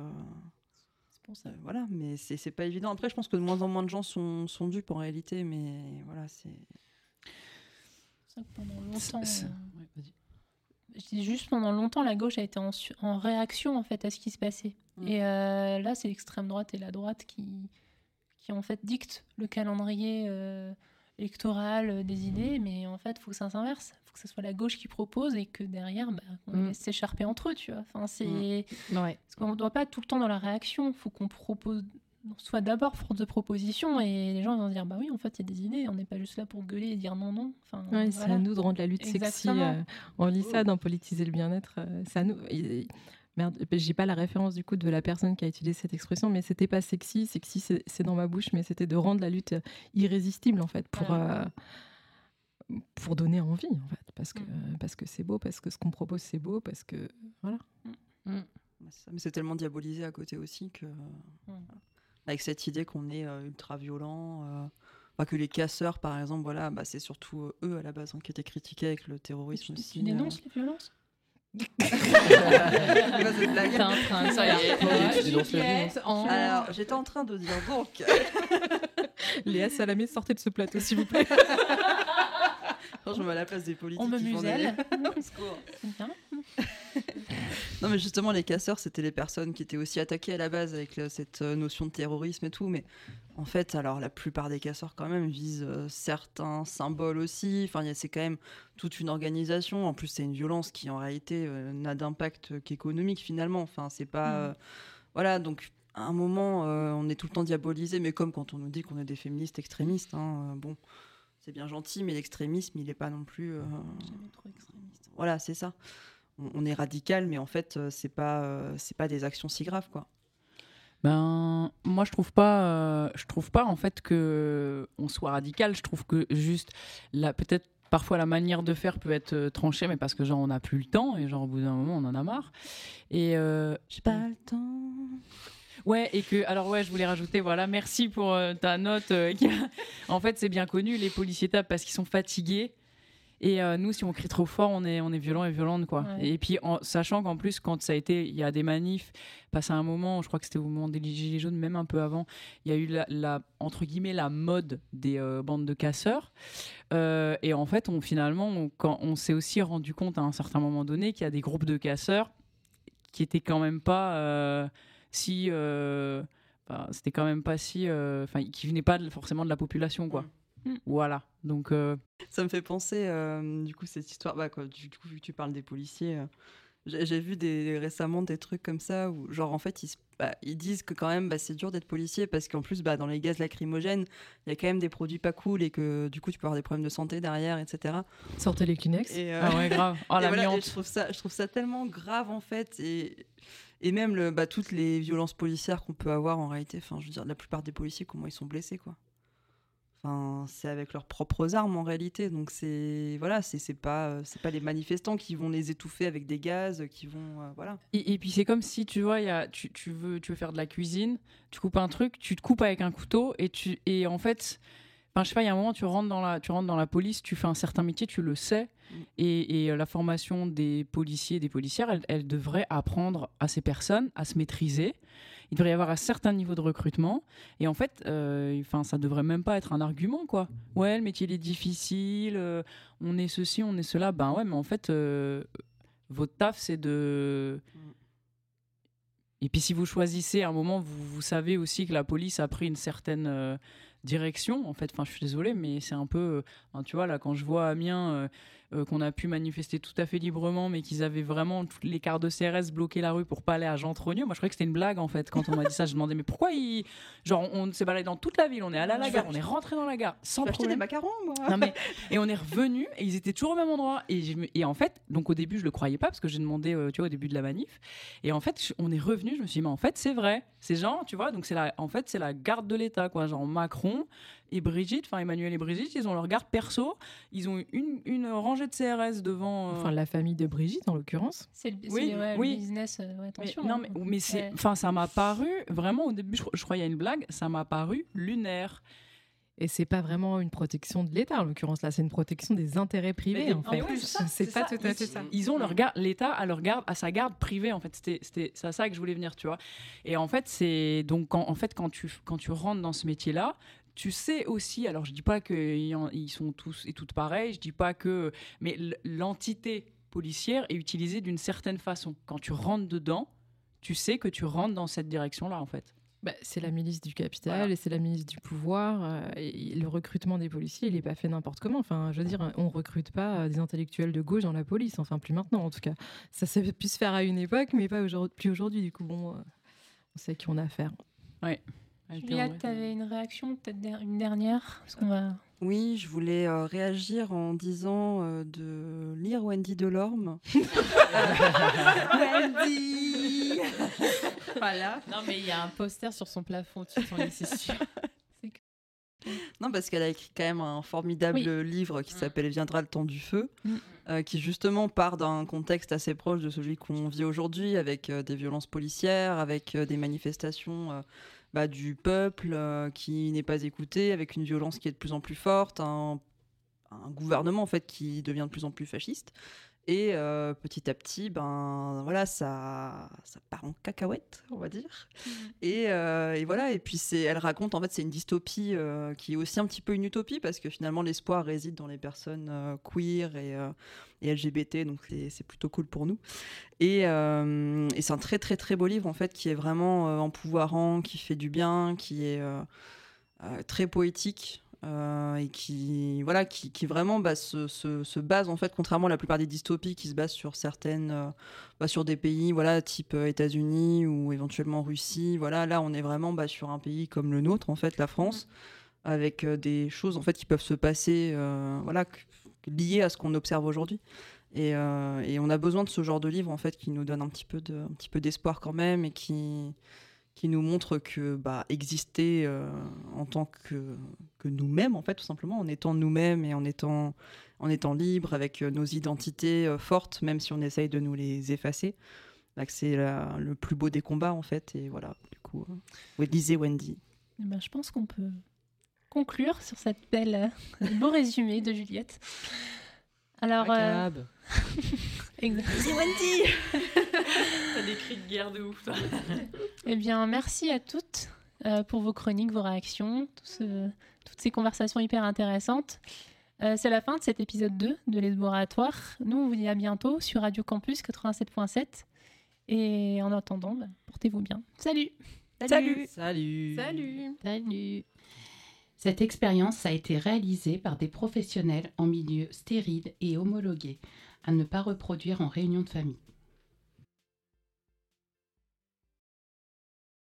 C'est pour ça. Euh, voilà, mais c'est c'est pas évident. Après, je pense que de moins en moins de gens sont, sont dupes en réalité, mais voilà, c'est. C'est ça que pendant longtemps. c'est- euh, Ouais, vas-y. Je dis juste pendant longtemps, la gauche a été en, su- en réaction en fait à ce qui se passait. Mm. Et euh, là, c'est l'extrême droite et la droite qui, qui en fait dictent le calendrier euh, électoral euh, des idées, mais en fait, il faut que ça s'inverse. Il faut que ce soit la gauche qui propose et que derrière, bah, on les Mm. laisse s'écharper entre eux, tu vois. Enfin, c'est Ouais. parce qu'on ne doit pas être tout le temps dans la réaction. Il faut qu'on propose, on soit d'abord force de proposition et les gens vont se dire bah oui, en fait, il y a des idées. On n'est pas juste là pour gueuler et dire non, non. Enfin, Ouais, c'est voilà. à nous de rendre la lutte sexy. Exactement. euh, on lit ça dans Politiser le bien-être. euh, c'est à nous. et- et- Merde, j'ai pas la référence du coup de la personne qui a utilisé cette expression, mais c'était pas sexy. Sexy, c'est c'est dans ma bouche, mais c'était de rendre la lutte euh, irrésistible en fait, pour Voilà. euh, pour donner envie en fait, parce que Mm. parce que c'est beau, parce que ce qu'on propose c'est beau, parce que voilà. Mm. Ouais, c'est ça. Mais c'est tellement diabolisé à côté aussi que. voilà. Avec cette idée qu'on est euh, ultra violent. euh, enfin, que les casseurs, par exemple, voilà, bah, c'est surtout euh, eux à la base hein, qui étaient critiqués avec le terrorisme Tu, aussi. tu dénonces les violences C'est quoi cette blague T'es en train de Ça y est. faire quoi, Tu dénonces la Juliette, violence. en- Alors, j'étais en train de dire donc. Léa Salamé, sortez de ce plateau s'il vous plaît. Quand je me mets à la place des politiques. On me qui font des- muselle. Au secours. C'est bien. Non, mais justement, les casseurs, c'était les personnes qui étaient aussi attaquées à la base avec le- cette euh, notion de terrorisme et tout. Mais en fait, alors, la plupart des casseurs, quand même, visent euh, certains symboles aussi. Enfin, il y a- c'est quand même toute une organisation. En plus, c'est une violence qui, en réalité, euh, n'a d'impact qu'économique, finalement. Enfin, c'est pas. Mm. euh, Voilà, donc, à un moment, euh, on est tout le temps diabolisé. Mais comme quand on nous dit qu'on est des féministes extrémistes, hein, euh, bon. C'est bien gentil, mais l'extrémisme, il n'est pas non plus. euh, Jamais trop extrémiste. Voilà, c'est ça. On, on est radical, mais en fait, euh, c'est pas, euh, c'est pas des actions si graves, quoi. Ben, moi, je trouve pas, euh, je trouve pas en fait que on soit radical. Je trouve que juste, là, peut-être parfois la manière de faire peut être euh, tranchée, mais parce que genre on n'a plus le temps et genre au bout d'un moment on en a marre. Et euh, j'ai pas le temps. Ouais, et que, alors ouais, je voulais rajouter, voilà, merci pour euh, ta note. euh, qui a- En fait, c'est bien connu, les policiers tapent parce qu'ils sont fatigués. Et euh, nous, si on crie trop fort, on est, on est violent et violente, quoi. Ouais. Et puis, en, sachant qu'en plus, quand ça a été, il y a des manifs, passé un moment, je crois que c'était au moment des Gilets jaunes, même un peu avant, il y a eu la, la- entre guillemets, la mode des euh, bandes de casseurs. Euh, et en fait, on, finalement, on, quand, on s'est aussi rendu compte à un certain moment donné qu'il y a des groupes de casseurs qui étaient quand même pas euh, si... euh, enfin, c'était quand même pas si... euh, Enfin, qui venaient pas de- forcément de la population, quoi. Mm. Voilà, donc... euh, Ça me fait penser, euh, du coup, cette histoire, bah, quoi, du coup, vu que tu parles des policiers, euh, j'ai j'ai vu des, récemment des trucs comme ça où, genre, en fait, ils, se- bah, ils disent que quand même, bah, c'est dur d'être policier parce qu'en plus, bah, dans les gaz lacrymogènes, il y a quand même des produits pas cool et que, du coup, tu peux avoir des problèmes de santé derrière, et cetera. Sortez les Kleenex. Et, euh, Ah ouais, grave. Oh, et voilà, et l'amiante. je trouve ça, je trouve ça tellement grave, en fait, et... Et même le, bah, toutes les violences policières qu'on peut avoir en réalité, enfin, je veux dire, la plupart des policiers, comment ils sont blessés, quoi. Enfin, c'est avec leurs propres armes en réalité, donc c'est voilà, c'est c'est pas euh, c'est pas les manifestants qui vont les étouffer avec des gaz, qui vont euh, voilà. Et, et puis c'est comme si tu vois, il y a, tu, tu veux tu veux faire de la cuisine, tu coupes un truc, tu te coupes avec un couteau et tu et en fait, enfin je sais pas, il y a un moment tu rentres dans la tu rentres dans la police, tu fais un certain métier, tu le sais. Et, et, euh, la formation des policiers et des policières, elle, elle devrait apprendre à ces personnes à se maîtriser. Il devrait y avoir un certain niveau de recrutement. Et en fait, euh, enfin, ça devrait même pas être un argument, quoi. Ouais, le métier il est difficile, euh, on est ceci, on est cela. Ben ouais, mais en fait, euh, votre taf, c'est de... Et puis si vous choisissez à un moment, vous, vous savez aussi que la police a pris une certaine euh, direction. En fait, enfin, je suis désolée, mais c'est un peu, euh, hein, tu vois, là, quand je vois Amiens, euh, euh, qu'on a pu manifester tout à fait librement, mais qu'ils avaient vraiment toutes les quarts de C R S bloqué la rue pour pas aller à Jean-Trogneux. Moi, je croyais que c'était une blague, en fait, quand on m'a dit ça. Je me demandais, mais pourquoi ils... Genre, on, on s'est baladé dans toute la ville, on est allé à la Je gare, vais- on est rentré dans la gare, sans Je vais acheter problème. des macarons, moi. Non, mais, et on est revenu et ils étaient toujours au même endroit. Et, je me- et en fait, donc au début, je le croyais pas parce que j'ai demandé, euh, tu vois, au début de la manif. Et en fait, je- on est revenu. Je me suis dit, mais en fait, c'est vrai. C'est genre, tu vois, donc c'est la, en fait, c'est la garde de l'État, quoi. Genre Macron et Brigitte, enfin Emmanuel et Brigitte, ils ont leur garde perso. Ils ont une, une rangée de C R S devant. euh, Enfin, la famille de Brigitte, en l'occurrence. C'est le, Oui, c'est, ouais, le oui. business, euh, ouais, Mais, attention. non, hein. mais, mais c'est, Ouais. enfin, ça m'a paru vraiment au début. Je, je croyais à une blague. Ça m'a paru lunaire. Et c'est pas vraiment une protection de l'État, en l'occurrence. Là, c'est une protection des intérêts privés, Mais en en fait. plus, ça, c'est c'est pas ça. tout à Ils- fait ça. Ils ont leur garde, l'État a leur garde, à sa garde privée en fait. C'était, c'était, c'est à ça que je voulais venir, tu vois. Et en fait, c'est donc quand, en fait quand tu quand tu rentres dans ce métier-là, tu sais aussi. Alors, je dis pas qu'ils sont tous et toutes pareils. Je dis pas que, mais l- l'entité policière est utilisée d'une certaine façon. Quand tu rentres dedans, tu sais que tu rentres dans cette direction-là, en fait. Bah, c'est la milice du capital Voilà. et c'est la milice du pouvoir. euh, et le recrutement des policiers, il n'est pas fait n'importe comment. Enfin, je veux dire, on ne recrute pas euh, des intellectuels de gauche dans la police. Enfin, plus maintenant, en tout cas. Ça s'est pu se faire à une époque, mais pas aujourd'hui, plus aujourd'hui. Du coup, bon, euh, on sait qui on a affaire. Ouais. Juliette, tu avais une réaction, peut-être der- une dernière parce qu'on va... Oui, je voulais euh, réagir en disant euh, de lire Wendy Delorme. Wendy. Voilà. Non, mais il y a un poster sur son plafond, tu t'en es, c'est sûr. Non, parce qu'elle a écrit quand même un formidable Oui. livre qui s'appelle Viendra le temps du feu, Mm. euh, qui justement part d'un contexte assez proche de celui qu'on vit aujourd'hui, avec euh, des violences policières, avec euh, des manifestations euh, bah, du peuple euh, qui n'est pas écouté, avec une violence qui est de plus en plus forte, un, un gouvernement en fait qui devient de plus en plus fasciste. Et euh, petit à petit, ben voilà, ça, ça part en cacahuète, on va dire. Et, euh, et voilà, et puis c'est, elle raconte, en fait, c'est une dystopie euh, qui est aussi un petit peu une utopie parce que finalement l'espoir réside dans les personnes euh, queer et, euh, et L G B T, donc c'est, c'est plutôt cool pour nous. Et, euh, et c'est un très très très beau livre en fait qui est vraiment euh, empouvoirant, qui fait du bien, qui est euh, euh, très poétique. Euh, et qui voilà qui, qui vraiment bah, se, se, se base en fait, contrairement à la plupart des dystopies qui se basent sur certaines euh, bah, sur des pays voilà type euh, États-Unis ou éventuellement Russie, voilà, là on est vraiment bah, sur un pays comme le nôtre en fait, la France, avec euh, des choses en fait qui peuvent se passer euh, voilà que- liées à ce qu'on observe aujourd'hui. Et, euh, et on a besoin de ce genre de livre en fait qui nous donne un petit peu de un petit peu d'espoir quand même et qui qui nous montre que bah, exister euh, en tant que, que nous-mêmes, en fait, tout simplement, en étant nous-mêmes et en étant, en étant libres, avec nos identités euh, fortes, même si on essaye de nous les effacer, là, que c'est la, le plus beau des combats, en fait. Et voilà, du coup, euh, oui, lisez Wendy. Eh ben, je pense qu'on peut conclure sur cette belle, euh, beau résumé de Juliette. Alors, euh... Lisez Wendy. T'as des cris de guerre de ouf, toi. Eh bien, merci à toutes euh, pour vos chroniques, vos réactions, tout ce, toutes ces conversations hyper intéressantes. Euh, c'est la fin de cet épisode deux de Lesboratoire. Nous, on vous dit à bientôt sur Radio Campus quatre-vingt-sept point sept. Et en attendant, bah, portez-vous bien. Salut. Salut. Salut. Salut. Salut. Cette expérience a été réalisée par des professionnels en milieu stérile et homologué, à ne pas reproduire en réunion de famille.